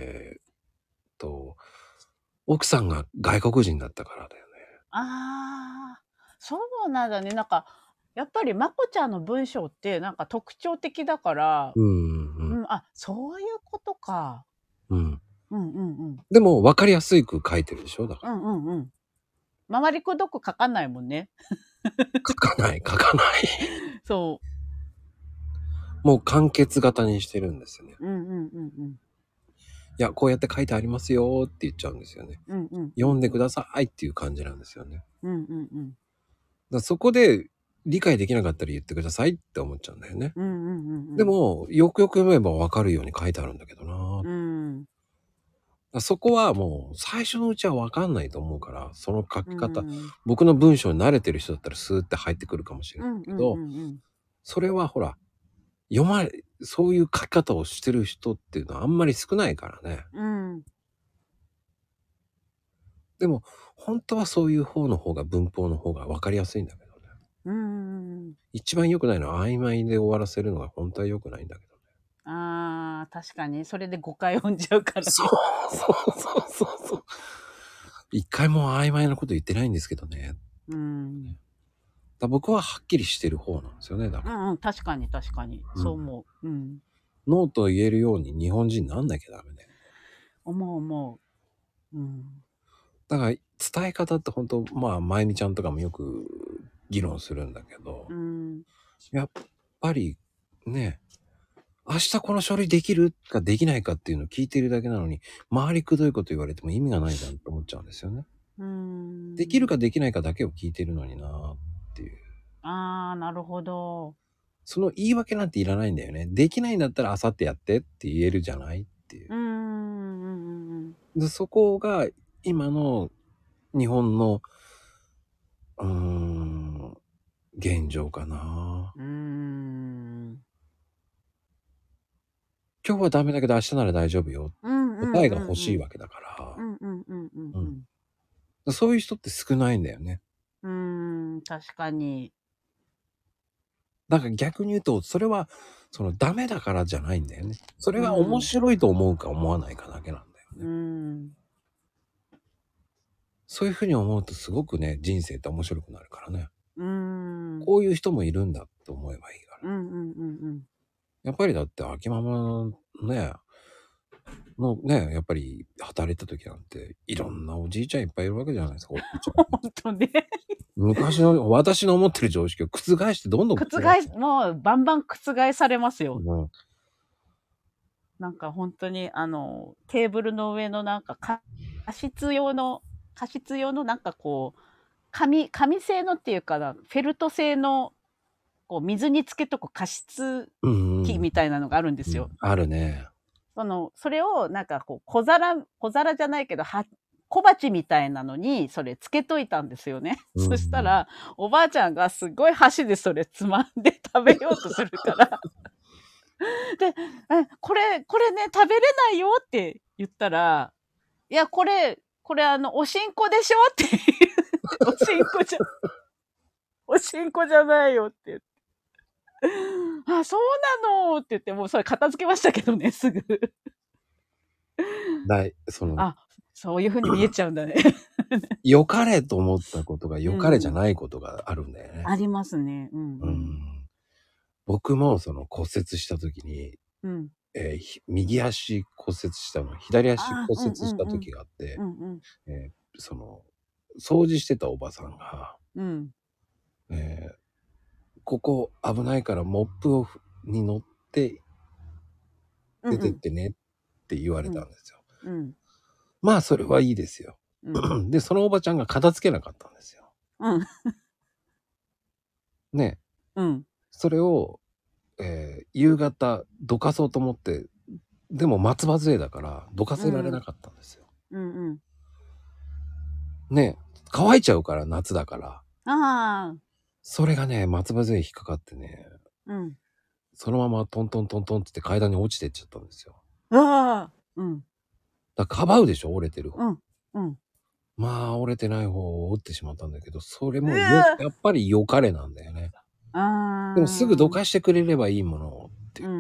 A: 奥さんが外国人だったからだよね。
B: そうなんだね。なんかやっぱりまこちゃんの文章ってなんか特徴的だから、そういうことか。
A: でも分かりやすく書いてるでしょ、だから。
B: 回りくどく書かないもんね。
A: 書かない。
B: そう。
A: もう完結型にしてるんですよね。いや、こうやって書いてありますよって言っちゃうんですよね。読んでくださいっていう感じなんですよね。だそこで理解できなかったら言ってくださいって思っちゃうんだよね。でも、よくよく読めば分かるように書いてあるんだけどな。そこはもう最初のうちは分かんないと思うから、その書き方、僕の文章に慣れてる人だったらスーって入ってくるかもしれないけど、それはほら、そういう書き方をしてる人っていうのはあんまり少ないからね。 でも、本当はそういう方の方が文法の方が分かりやすいんだけどね。一番良くないのは曖昧で終わらせるのが本当は良くないんだけどね。
B: ああ、確かに。それで誤解を生んじゃうからね。
A: そう。一回も曖昧なこと言ってないんですけどね。僕ははっきりしてる方なんですよね。だから。
B: 確かに。そう思う。
A: ノーと言えるように日本人になんなきゃダメだよね。
B: 思う。
A: だから伝え方って本当まゆみちゃんとかもよく議論するんだけど、やっぱりね、明日この書類できるかできないかっていうのを聞いてるだけなのに、周りくどいこと言われても意味がないじゃんと思っちゃうんですよね。できるかできないかだけを聞いてるのになっていう。
B: ああ、なるほど。
A: その言い訳なんていらないんだよね。できないんだったら明後日やってって言えるじゃないっていう。でそこが今の日本の現状かな。今日はダメだけど明日なら大丈夫よ。答えが欲しいわけだから。そういう人って少ないんだよね。
B: 確かに。
A: だから逆に言うと、それは、ダメだからじゃないんだよね。それが面白いと思うか思わないかだけなんだよね。そういうふうに思うとすごくね、人生って面白くなるからね。こういう人もいるんだって思えばいいから。やっぱりだって秋ママね、やっぱり働いた時なんていろんなおじいちゃんいっぱいいるわけじゃないですか。
B: 本当ね。
A: 昔の私の思ってる常識を覆してどんどん
B: もうバンバン覆されますよ。なんか本当にテーブルの上のなんか加湿用のなんかこう紙製のっていうかな、フェルト製のこう水につけとく加湿器みたいなのがあるんですよ。
A: あるね。
B: それをなんかこう小皿じゃないけど小鉢みたいなのにそれつけといたんですよね。そしたらおばあちゃんがすごい箸でそれつまんで食べようとするからで、これね食べれないよって言ったら、いやこれおしんこでしょっておしんこじゃないよって言って。あ、そうなのって言って、もうそれ片付けましたけどね、すぐ。あ、そういう風に見えちゃうんだね。
A: 良かれと思ったことが良かれじゃないことがあるんだよね。
B: ありますね。
A: 僕も骨折した時に、右足骨折したの、左足骨折した時があって、掃除してたおばさんが、ここ危ないからモップに乗って出てってねって言われたんですよ。まあそれはいいですよ。で、そのおばちゃんが片付けなかったんですよ。ね。それを、夕方どかそうと思って、でも松葉杖だからどかせられなかったんですよ。ね。乾いちゃうから夏だから。それがね、松葉杖引っかかってね、そのままトントントントンって階段に落ちてっちゃったんですよ。だからかばうでしょ、折れてる方。まあ折れてない方を折ってしまったんだけど、それもやっぱり良かれなんだよね。でもすぐどかしてくれればいいものをっていう。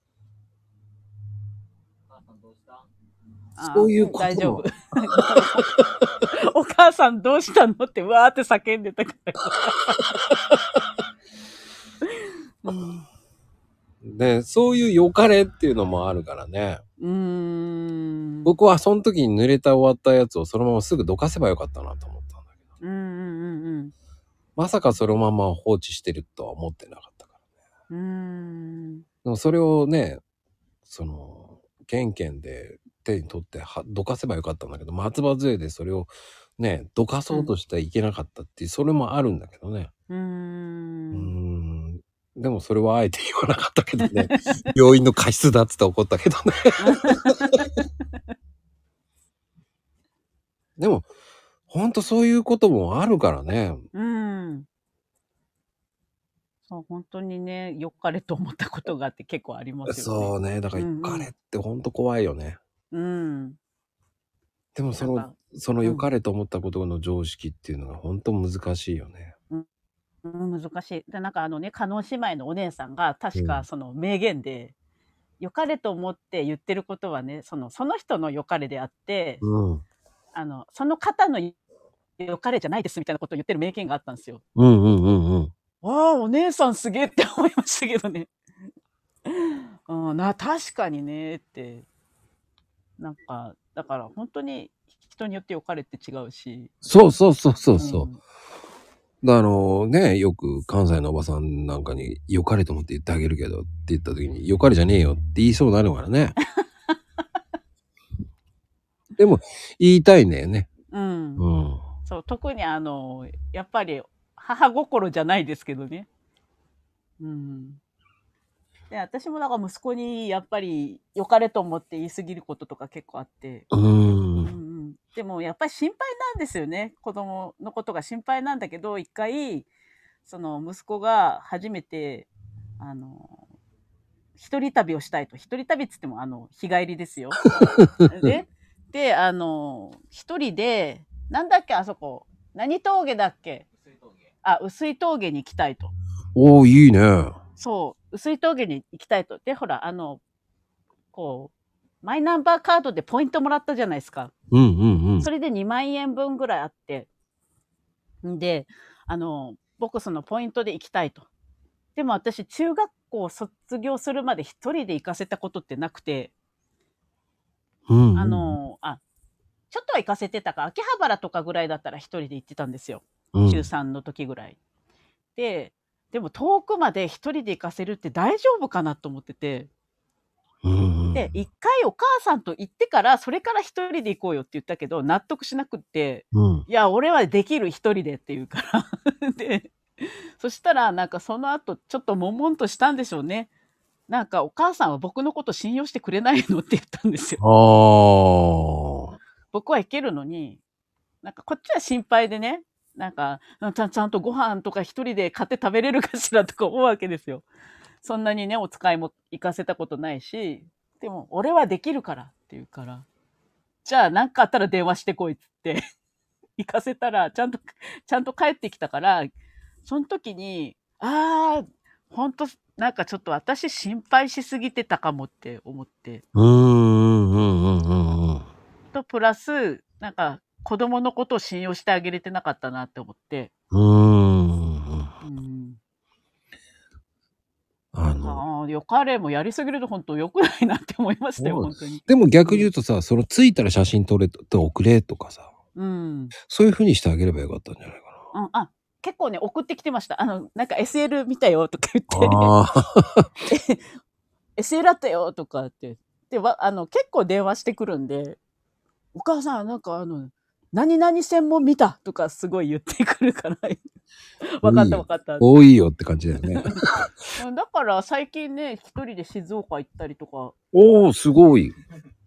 A: そういうことも。大丈夫。お母さんどうしたのってわーって叫んでたから。で、そういう良かれっていうのもあるからね。僕はその時に濡れた終わったやつをそのまますぐどかせばよかったなと思ったんだけど。まさかそのまま放置してるとは思ってなかったからね。でもそれをね、ケンケンで手に取ってどかせばよかったんだけど、松葉杖でそれをね、どかそうとしてはいけなかったっていう、それもあるんだけどね。でもそれはあえて言わなかったけどね。病院の過失だっつって怒ったけどね。でも、ほんとそういうこともあるからね。そう、本当にね、良かれと思ったことがあって結構ありますよね。そうね。だから良かれってほんと怖いよね。 でもその良かれと思ったことの常識っていうのが本当難しいよね。
B: 難しい。で、なんか叶姉妹のお姉さんが確かその名言で、良かれと思って言ってることはね、その人の良かれであって、その方の良かれじゃないですみたいなことを言ってる名言があったんですよ。ああ、お姉さんすげえって思いましたけどね。確かにねって。なんか、だから本当に人によって良かれって違うし。
A: そう。よく関西のおばさんなんかに良かれと思って言ってあげるけどって言った時に良かれじゃねえよって言いそうになるからね。でも言いたいんだよね。
B: そう、特にやっぱり母心じゃないですけどね。で、私もだから息子にやっぱり良かれと思って言い過ぎることとか結構あって。でもやっぱり心配なんですよね。子供のことが心配なんだけど、一回、その息子が初めて、一人旅をしたいと。一人旅っつっても、日帰りですよ。で、一人で、なんだっけ、あそこ。何峠だっけ？碓氷峠に行きたいと。
A: おー、いいね。
B: そう、碓氷峠に行きたいと。で、ほら、マイナンバーカードでポイントもらったじゃないですか。それで2万円分ぐらいあって。で、僕そのポイントで行きたいと。でも私、中学校卒業するまで一人で行かせたことってなくて、ちょっとは行かせてたか、秋葉原とかぐらいだったら一人で行ってたんですよ。中3の時ぐらい。でも遠くまで一人で行かせるって大丈夫かなと思ってて。で、一回お母さんと行ってから、それから一人で行こうよって言ったけど、納得しなくって、いや、俺はできる一人でって言うから。で、そしたら、なんかその後、ちょっと悶々としたんでしょうね。なんかお母さんは僕のこと信用してくれないのって言ったんですよ。僕は行けるのに、なんかこっちは心配でね、なんかちゃんとご飯とか一人で買って食べれるかしらとか思うわけですよ。そんなにね、お使いも行かせたことないし、でも俺はできるからって言うから、じゃあ何かあったら電話してこいっつって行かせたら、ちゃんと帰ってきたから、その時に、本当なんかちょっと私心配しすぎてたかもって思って。と、プラス、なんか子供のことを信用してあげれてなかったなって思って。よかれもやりすぎると本当良くないなって思いましたよ、本当に。
A: でも逆に言うとさ、その着いたら写真撮れて送れとかさ。そういう風にしてあげればよかったんじゃないか
B: な。結構ね、送ってきてました。なんか SL 見たよとか言って。SL あったよとかって。で、結構電話してくるんで、お母さん、なんか何々線も見たとかすごい言ってくるから。分かった。
A: 多いよって感じだよね。
B: だから最近ね、一人で静岡行ったりとか。
A: おー、すごい。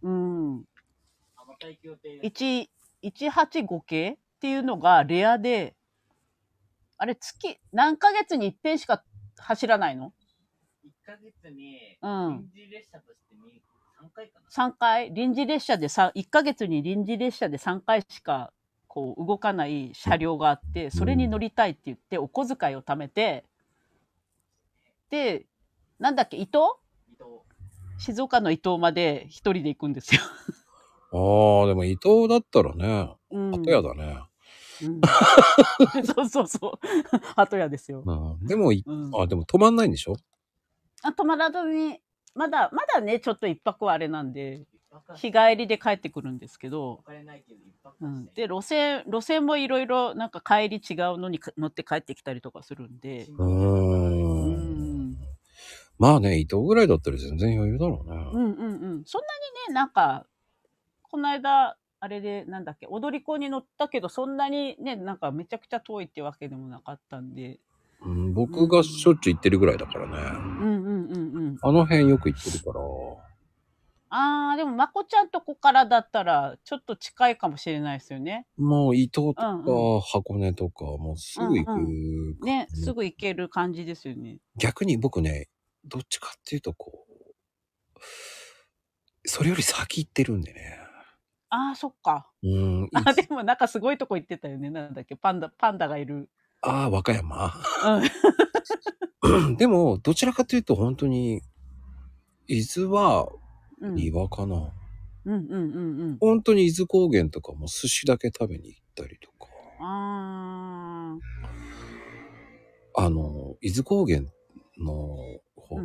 B: 185系っていうのがレアで、あれ何ヶ月に一遍しか走らないの？
C: 1 ヶ月に臨時列車として3回か
B: な。3回臨時列車で1ヶ月に臨時列車で3回しかこう動かない車両があって、それに乗りたいって言ってお小遣いを貯めて、で、なんだっけ、伊東静岡の伊東まで一人で行くんですよ。
A: でも伊東だったらね、鳩屋だね。
B: そう。鳩屋ですよ。
A: でも、でも泊まんないんでしょ？
B: 泊まらずに、まだね、ちょっと一泊はあれなんで、日帰りで帰ってくるんですけど、で、路線もいろいろなんか帰り違うのに乗って帰ってきたりとかするんで。
A: まあね、伊東ぐらいだったら全然余裕だろうね。
B: そんなにね、なんか、この間、あれで、なんだっけ、踊り子に乗ったけど、そんなにね、なんかめちゃくちゃ遠いってわけでもなかったんで。
A: 僕がしょっちゅう行ってるぐらいだからね。あの辺よく行ってるから。
B: でも、まこちゃんとこからだったら、ちょっと近いかもしれないですよね。
A: もう伊東とか、箱根とか、もうすぐ行く、
B: ね、すぐ行ける感じですよね。
A: 逆に僕ね、どっちかっていうとそれより先行ってるんでね。
B: ああ、そっか。あ、でもなんかすごいとこ行ってたよね。なんだっけ、パンダがいる。
A: ああ、和歌山。でも、どちらかというと本当に、伊豆は庭かな。本当に伊豆高原とかも寿司だけ食べに行ったりとか。伊豆高原の方って、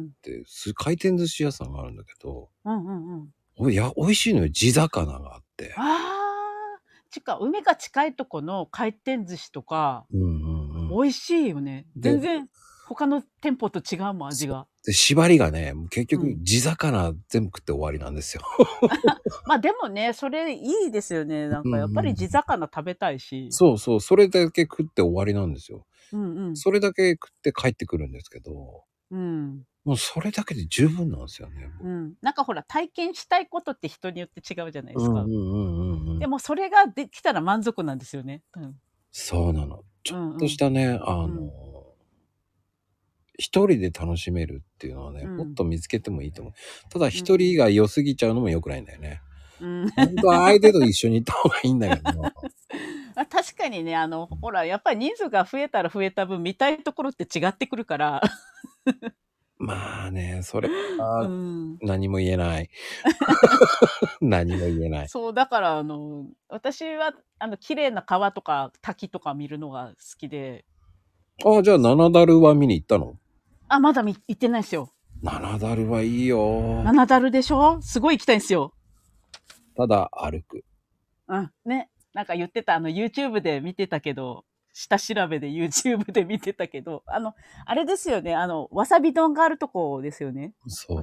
A: 回転寿司屋さんがあるんだけど、美味しいのよ。地魚があって。
B: 海が近いとこの回転寿司とか、美味しいよね。全然他の店舗と違うもん、味が。
A: で、縛りがね、結局地魚全部食って終わりなんですよ。
B: まあでもね、それいいですよね。なんかやっぱり地魚食べたいし。
A: そうそう、それだけ食って終わりなんですよ。それだけ食って帰ってくるんですけど、もうそれだけで十分なんですよね。
B: なんかほら、体験したいことって人によって違うじゃないですか。でもそれができたら満足なんですよね。
A: そうなの。ちょっとしたね、一人で楽しめるっていうのはね、もっと見つけてもいいと思う。ただ一人が良すぎちゃうのも良くないんだよね。本当は相手と一緒に行った方がいいんだけど。
B: 確かにね、ほら、やっぱり人数が増えたら増えた分、見たいところって違ってくるから。
A: まあね、それは何も言えない。何も言えない。
B: そう、だから私は綺麗な川とか滝とか見るのが好きで。
A: じゃあ七樽は見に行ったの？
B: まだ行ってないですよ。
A: 七樽はいいよ。
B: 七樽でしょ？すごい行きたいんですよ。
A: ただ歩く。
B: ね。なんか言ってた、YouTube で見てたけど、下調べで YouTube で見てたけど、あれですよね、わさび丼があるとこですよね。
A: そう。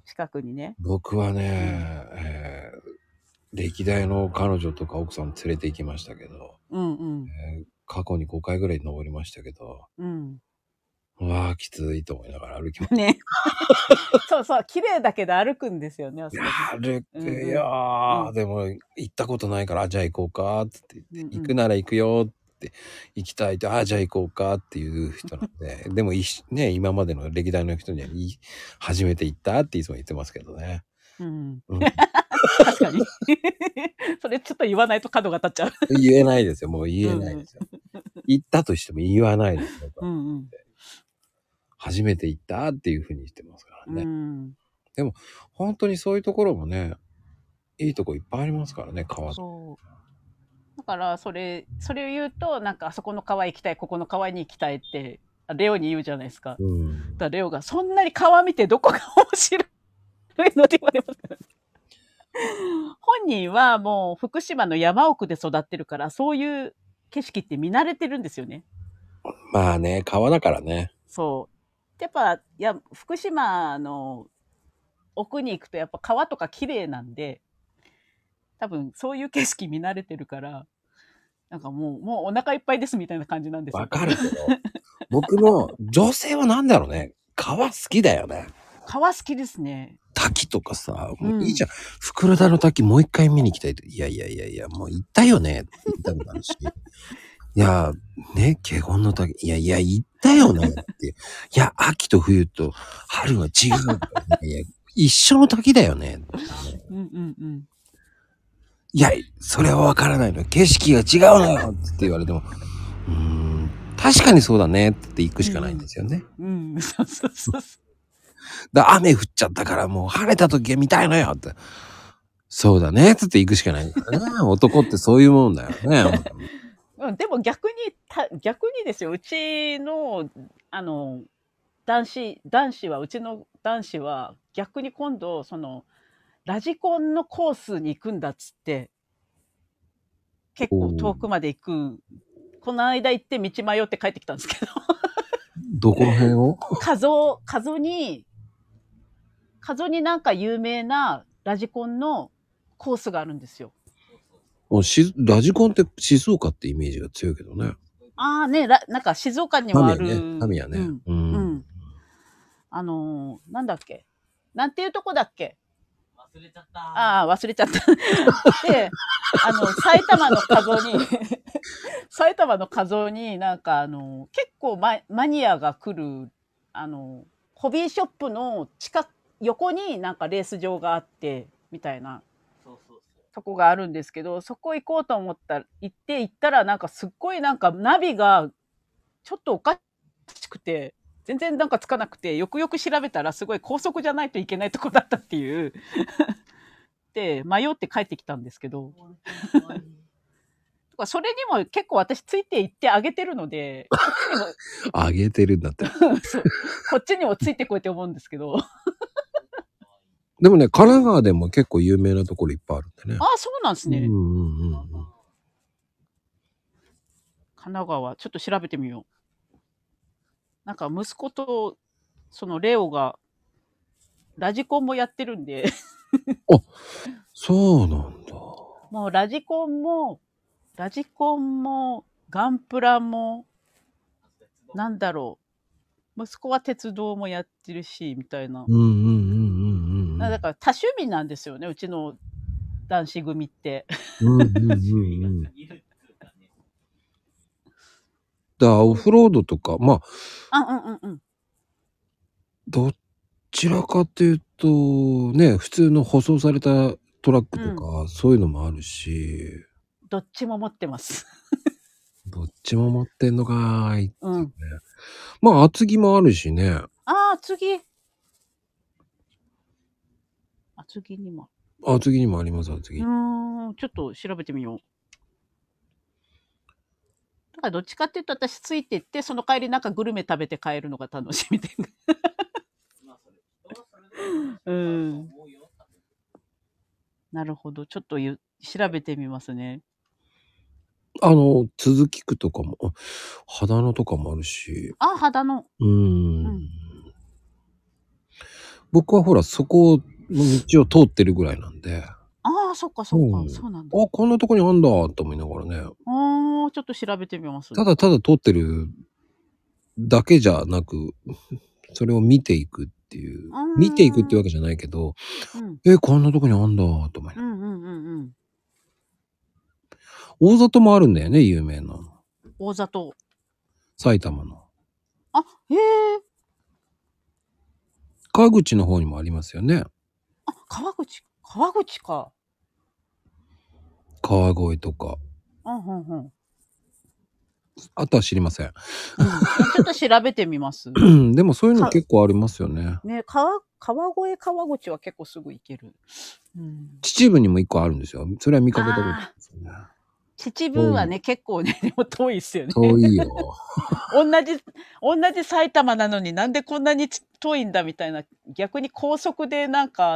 B: 近くにね。
A: 僕はね、歴代の彼女とか奥さん連れて行きましたけど、過去に5回ぐらい登りましたけど、うわーきついと思いながら歩きます。
B: ね。そうそう、綺麗だけど歩くんですよね。
A: 歩く、いやー、でも行ったことないから、じゃあ行こうかって言って、行くなら行くよって行きたいって、じゃあ行こうかっていう人なんで、でもね、今までの歴代の人には初めて行ったっていつも言ってますけどね。
B: 確かに。それちょっと言わないと角が立っちゃう。
A: 言えないですよ。もう言えないですよ。行ったとしても言わないですよ。初めて行ったっていうふうに言ってますからね。でも本当にそういうところもね、いいとこいっぱいありますからね、川。
B: だからそれを言うと、なんかあそこの川行きたい、ここの川に行きたいってレオに言うじゃないですか。だからレオがそんなに川見てどこが面白いのって言われますからね。本人はもう福島の山奥で育ってるから、そういう景色って見慣れてるんですよね。
A: まあね、川だからね。
B: そう。やっぱ福島の奥に行くとやっぱ川とか綺麗なんで、多分そういう景色見慣れてるから、なんかもうお腹いっぱいですみたいな感じなんですよ。
A: わかるけど、僕も女性はなんだろうね、川好きだよね。
B: 川好きですね。
A: 滝とかさ、もういいじゃん。袋田の滝もう一回見に行きたいと。いや、もう行ったよねって言ったことあるし。いや、ね、華厳の滝。いや、行ったよねって。いや、秋と冬と春は違う。いや、一緒の滝だよね。いや、それはわからないの。景色が違うのよって言われても、確かにそうだねって行くしかないんですよね。
B: そう。
A: 雨降っちゃったからもう晴れた時が見たいのよって。そうだねって行くしかないからね。男ってそういうもんだよね。
B: でも逆にですよ。うちの男子は逆に今度そのラジコンのコースに行くんだっつって結構遠くまで行く。この間行って道迷って帰ってきたんですけど。
A: どこら辺を？
B: 加須になんか有名なラジコンのコースがあるんですよ。
A: ラジコンって静岡ってイメージが強いけどね。
B: ね、なんか静岡にもある。
A: タミヤね。
B: なんだっけ？なんていうとこだっけ？
C: 忘れちゃった。
B: 忘れちゃった。で、埼玉の加須になんか結構マニアが来る、ホビーショップの横になんかレース場があって、みたいな。 とこがあるんですけど、そこ行こうと思ったら、行ったらなんかすっごいなんかナビがちょっとおかしくて、全然なんかつかなくて、よくよく調べたらすごい高速じゃないといけないとこだったっていう。で、迷って帰ってきたんですけど。それにも結構私ついて行ってあげてるので、こっちにも
A: あげてるんだって。
B: そう。こっちにもついてこいって思うんですけど。
A: でもね、神奈川でも結構有名なところいっぱいあるんでね。
B: ああ、そうなんですね。神奈川、ちょっと調べてみよう。なんか息子と、そのレオが、ラジコンもやってるんで。
A: あ、そうなんだ。
B: もうラジコンも、ガンプラも、なんだろう。息子は鉄道もやってるし、みたいな。だから多趣味なんですよね、うちの男子組って。
A: オフロードとか、ま
B: あ、
A: どっちらかっていうと、ね、普通の舗装されたトラックとか、そういうのもあるし。
B: どっちも持ってます。
A: どっちも持ってんのかーいってね。まあ、厚木もあるしね。
B: 厚木にも。
A: 厚木にもあります、厚木。
B: ちょっと調べてみよう。だからどっちかっていうと私ついてって、その帰りなんかグルメ食べて帰るのが楽しみで。なるほど。ちょっと調べてみますね。
A: 続き区とかも、秦野とかもあるし。
B: 秦野。
A: 僕はほら、そこの道を通ってるぐらいなんで。
B: そっかそっか、そうなんだ。
A: こんなとこにあんだと思いながらね。
B: ちょっと調べてみます。
A: ただただ通ってるだけじゃなく、それを見ていくっていう。見ていくっていうわけじゃないけど、こんなとこにあんだと思いながら。大里もあるんだよね、有名な。
B: 大里。
A: 埼玉の。
B: へえ。
A: 川口の方にもありますよね。
B: 川口か。
A: 川越とか。あとは知りません。
B: ちょっと調べてみます。
A: でもそういうの結構ありますよね。
B: ね、川越、川口は結構すぐ行ける。
A: 秩父にも一個あるんですよ。それは見かけたことあるんですよね。
B: 秩父はね、結構ね、でも遠いですよね。
A: 遠いよ。
B: 同じ埼玉なのになんでこんなに遠いんだみたいな。逆に高速でなんか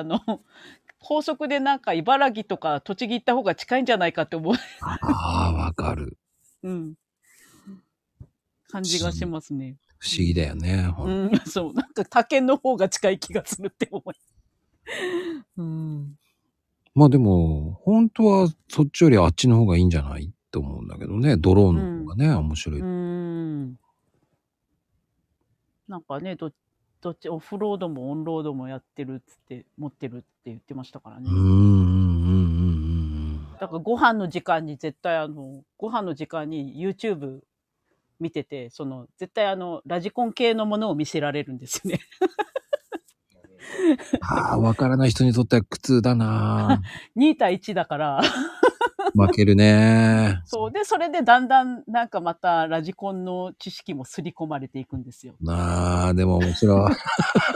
B: 茨城とか栃木行った方が近いんじゃないかって思う。
A: わかる。
B: 感じがしますね。
A: 不思議だよね。
B: そう、なんか他県の方が近い気がするって思い。
A: まあでも、本当はそっちよりあっちの方がいいんじゃないって思うんだけどね。ドローンの方がね、面白い。
B: なんかね、どっちオフロードもオンロードもやってるっつって持ってるって言ってましたからね。だからご飯の時間に絶対ご飯の時間に YouTube 見てて、絶対ラジコン系のものを見せられるんですよね。
A: わからない人にとっては苦痛だな。
B: 2対1だから。
A: 負けるね。
B: そう。で、それでだんだんなんかまたラジコンの知識も刷り込まれていくんですよ。
A: でも面白い。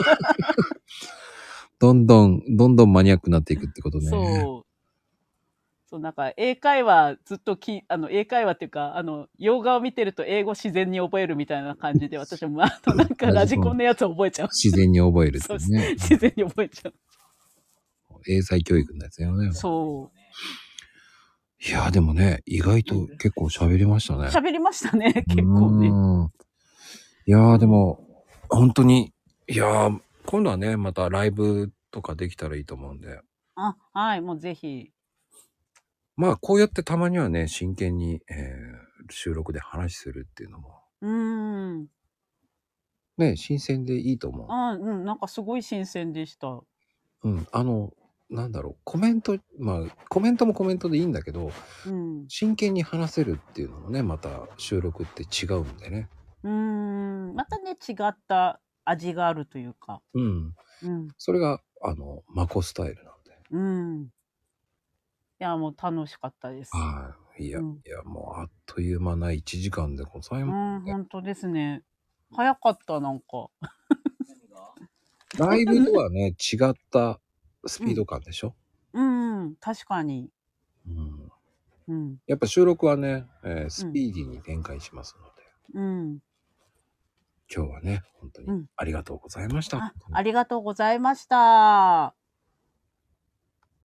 A: どんどんマニアックになっていくってことね。
B: そう、なんか英会話ずっと英会話っていうか、洋画を見てると英語自然に覚えるみたいな感じで、私もなんかラジコンのやつを覚えちゃう。
A: 自然に覚えるってね。
B: 自然に覚えちゃう。
A: 英才教育のやつよね。
B: そう。
A: いや、でもね、意外と結構喋りましたね。
B: 喋りましたね、結構ね。
A: いやでも、本当に、今度はね、またライブとかできたらいいと思うんで。
B: はい、もうぜひ。
A: まあ、こうやってたまにはね、真剣に、収録で話するっていうのも。ね、新鮮でいいと思う。
B: なんかすごい新鮮でした。
A: なんだろう、コメントもコメントでいいんだけど、真剣に話せるっていうのもね、また収録って違うんでね。
B: またね、違った味があるというか。
A: それが、マコスタイルなんで。
B: や、もう楽しかったです。
A: はい。いや、
B: うん、
A: いや、もうあっという間な1時間でございますね。
B: 本当ですね。早かった、なんか。
C: 何が
A: ライブとはね、違ったスピード感でしょ？
B: 確かに。
A: うん。
B: うん、
A: やっぱ収録はね、
B: うん、
A: スピーディーに展開しますので、
B: うん、
A: 今日はね、本当に
B: うん。
A: ありがとうございました。
B: ありがとうございました。